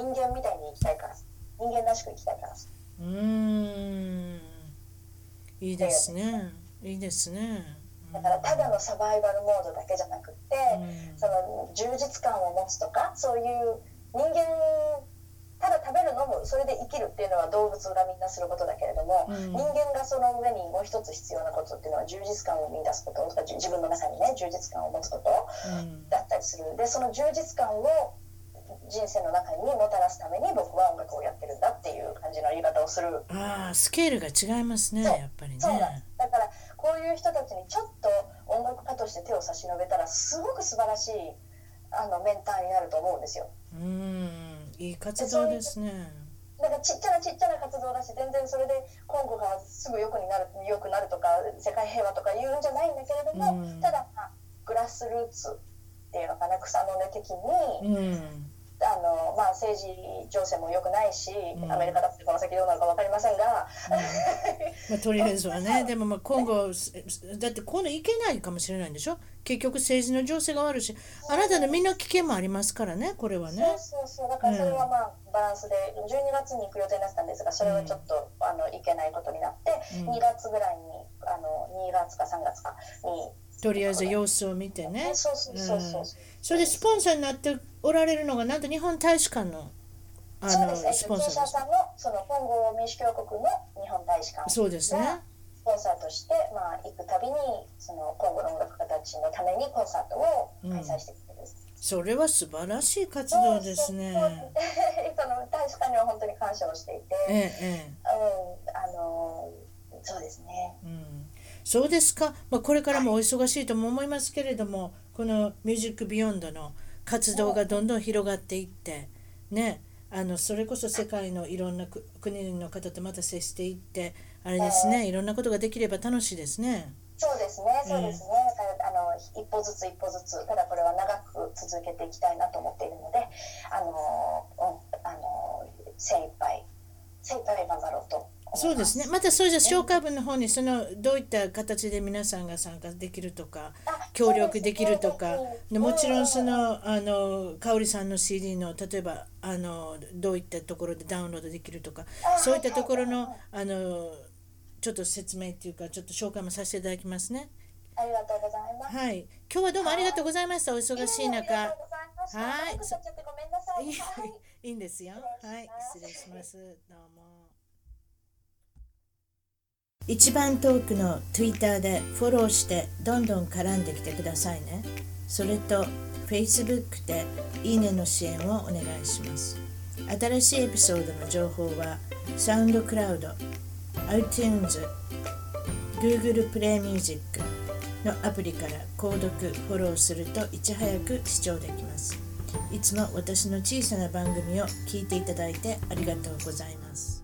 人間みたいに生きたいから、人間らしく生きたいから。 いいですね。いいですね。 だからただのサバイバルモードだけじゃなくって、その充実感を持つとか、そういう人間ただ食べる飲むそれで生きるっていうのは動物がみんなすることだけれども、人間がその上にもう一つ必要なことっていうのは充実感を見出すこととか、自分の中にね充実感を持つことだったりする。でその充実感を人生の中にもたらすために僕は音楽をやってるんだっていう感じの言い方をする。 スケールが違いますね、やっぱりね。 そうなんです。だからこういう人たちにちょっと音楽家として手を差し伸べたらすごく素晴らしいメンターになると思うんですよ。 いい活動ですね。 なんかちっちゃな活動だし、全然それでコンゴがすぐ良くなるとか世界平和とか言うんじゃないんだけれども、ただ、グラスルーツっていうのかな、草の根的に、政治情勢も良くないし、アメリカだってこの先どうなるか分かりませんが、 とりあえずはね。でも今後だって今度いけないかもしれないんでしょ。結局政治の情勢が悪いし、あなたの身の危険もありますからね、これはね。 そうだからそれはバランスで12月に行く予定になってたんですが、それはちょっといけないことになって、2月ぐらいに2月か3月かにとりあえず様子を見てね。 それでスポンサーになっておられるのがなんと日本大使館のスポンサーです。キンシャサのそのコンゴ民主共和国の日本大使館がそうですね。 スポンサーとして行くたびにそのコンゴの音楽家たちのためにコンサートを開催してくれる。 それは素晴らしい活動ですね。 その大使館には本当に感謝をしていて、そうですね。 そうですか。これからもお忙しいとも思いますけれども、このミュージックビヨンドの活動がどんどん広がっていってね、それこそ世界のいろんな国の方とまた接していってあれですね、いろんなことができれば楽しいですね。 そうですね。一歩ずつただこれは長く続けていきたいなと思っているので、精一杯頑張ろうと。 そうですね。またそれじゃ紹介文の方にどういった形で皆さんが参加できるとか協力できるとか、もちろん香織さんの CD の例えばどういったところでダウンロードできるとか、そういったところのちょっと説明っていうかちょっと紹介もさせていただきますね。 ありがとうございます。 はい。今日はどうもありがとうございました。お忙しい中。はい。いいんですよ。はい。失礼します。どうも。一番トークの Twitter でフォローしてどんどん絡んできてくださいね。それと Facebook でいいねの支援をお願いします。新しいエピソードの情報は SoundCloud、iTunes、Google プレイミュージックのアプリから購読フォローするといち早く視聴できます。いつも私の小さな番組を聞いていただいてありがとうございます。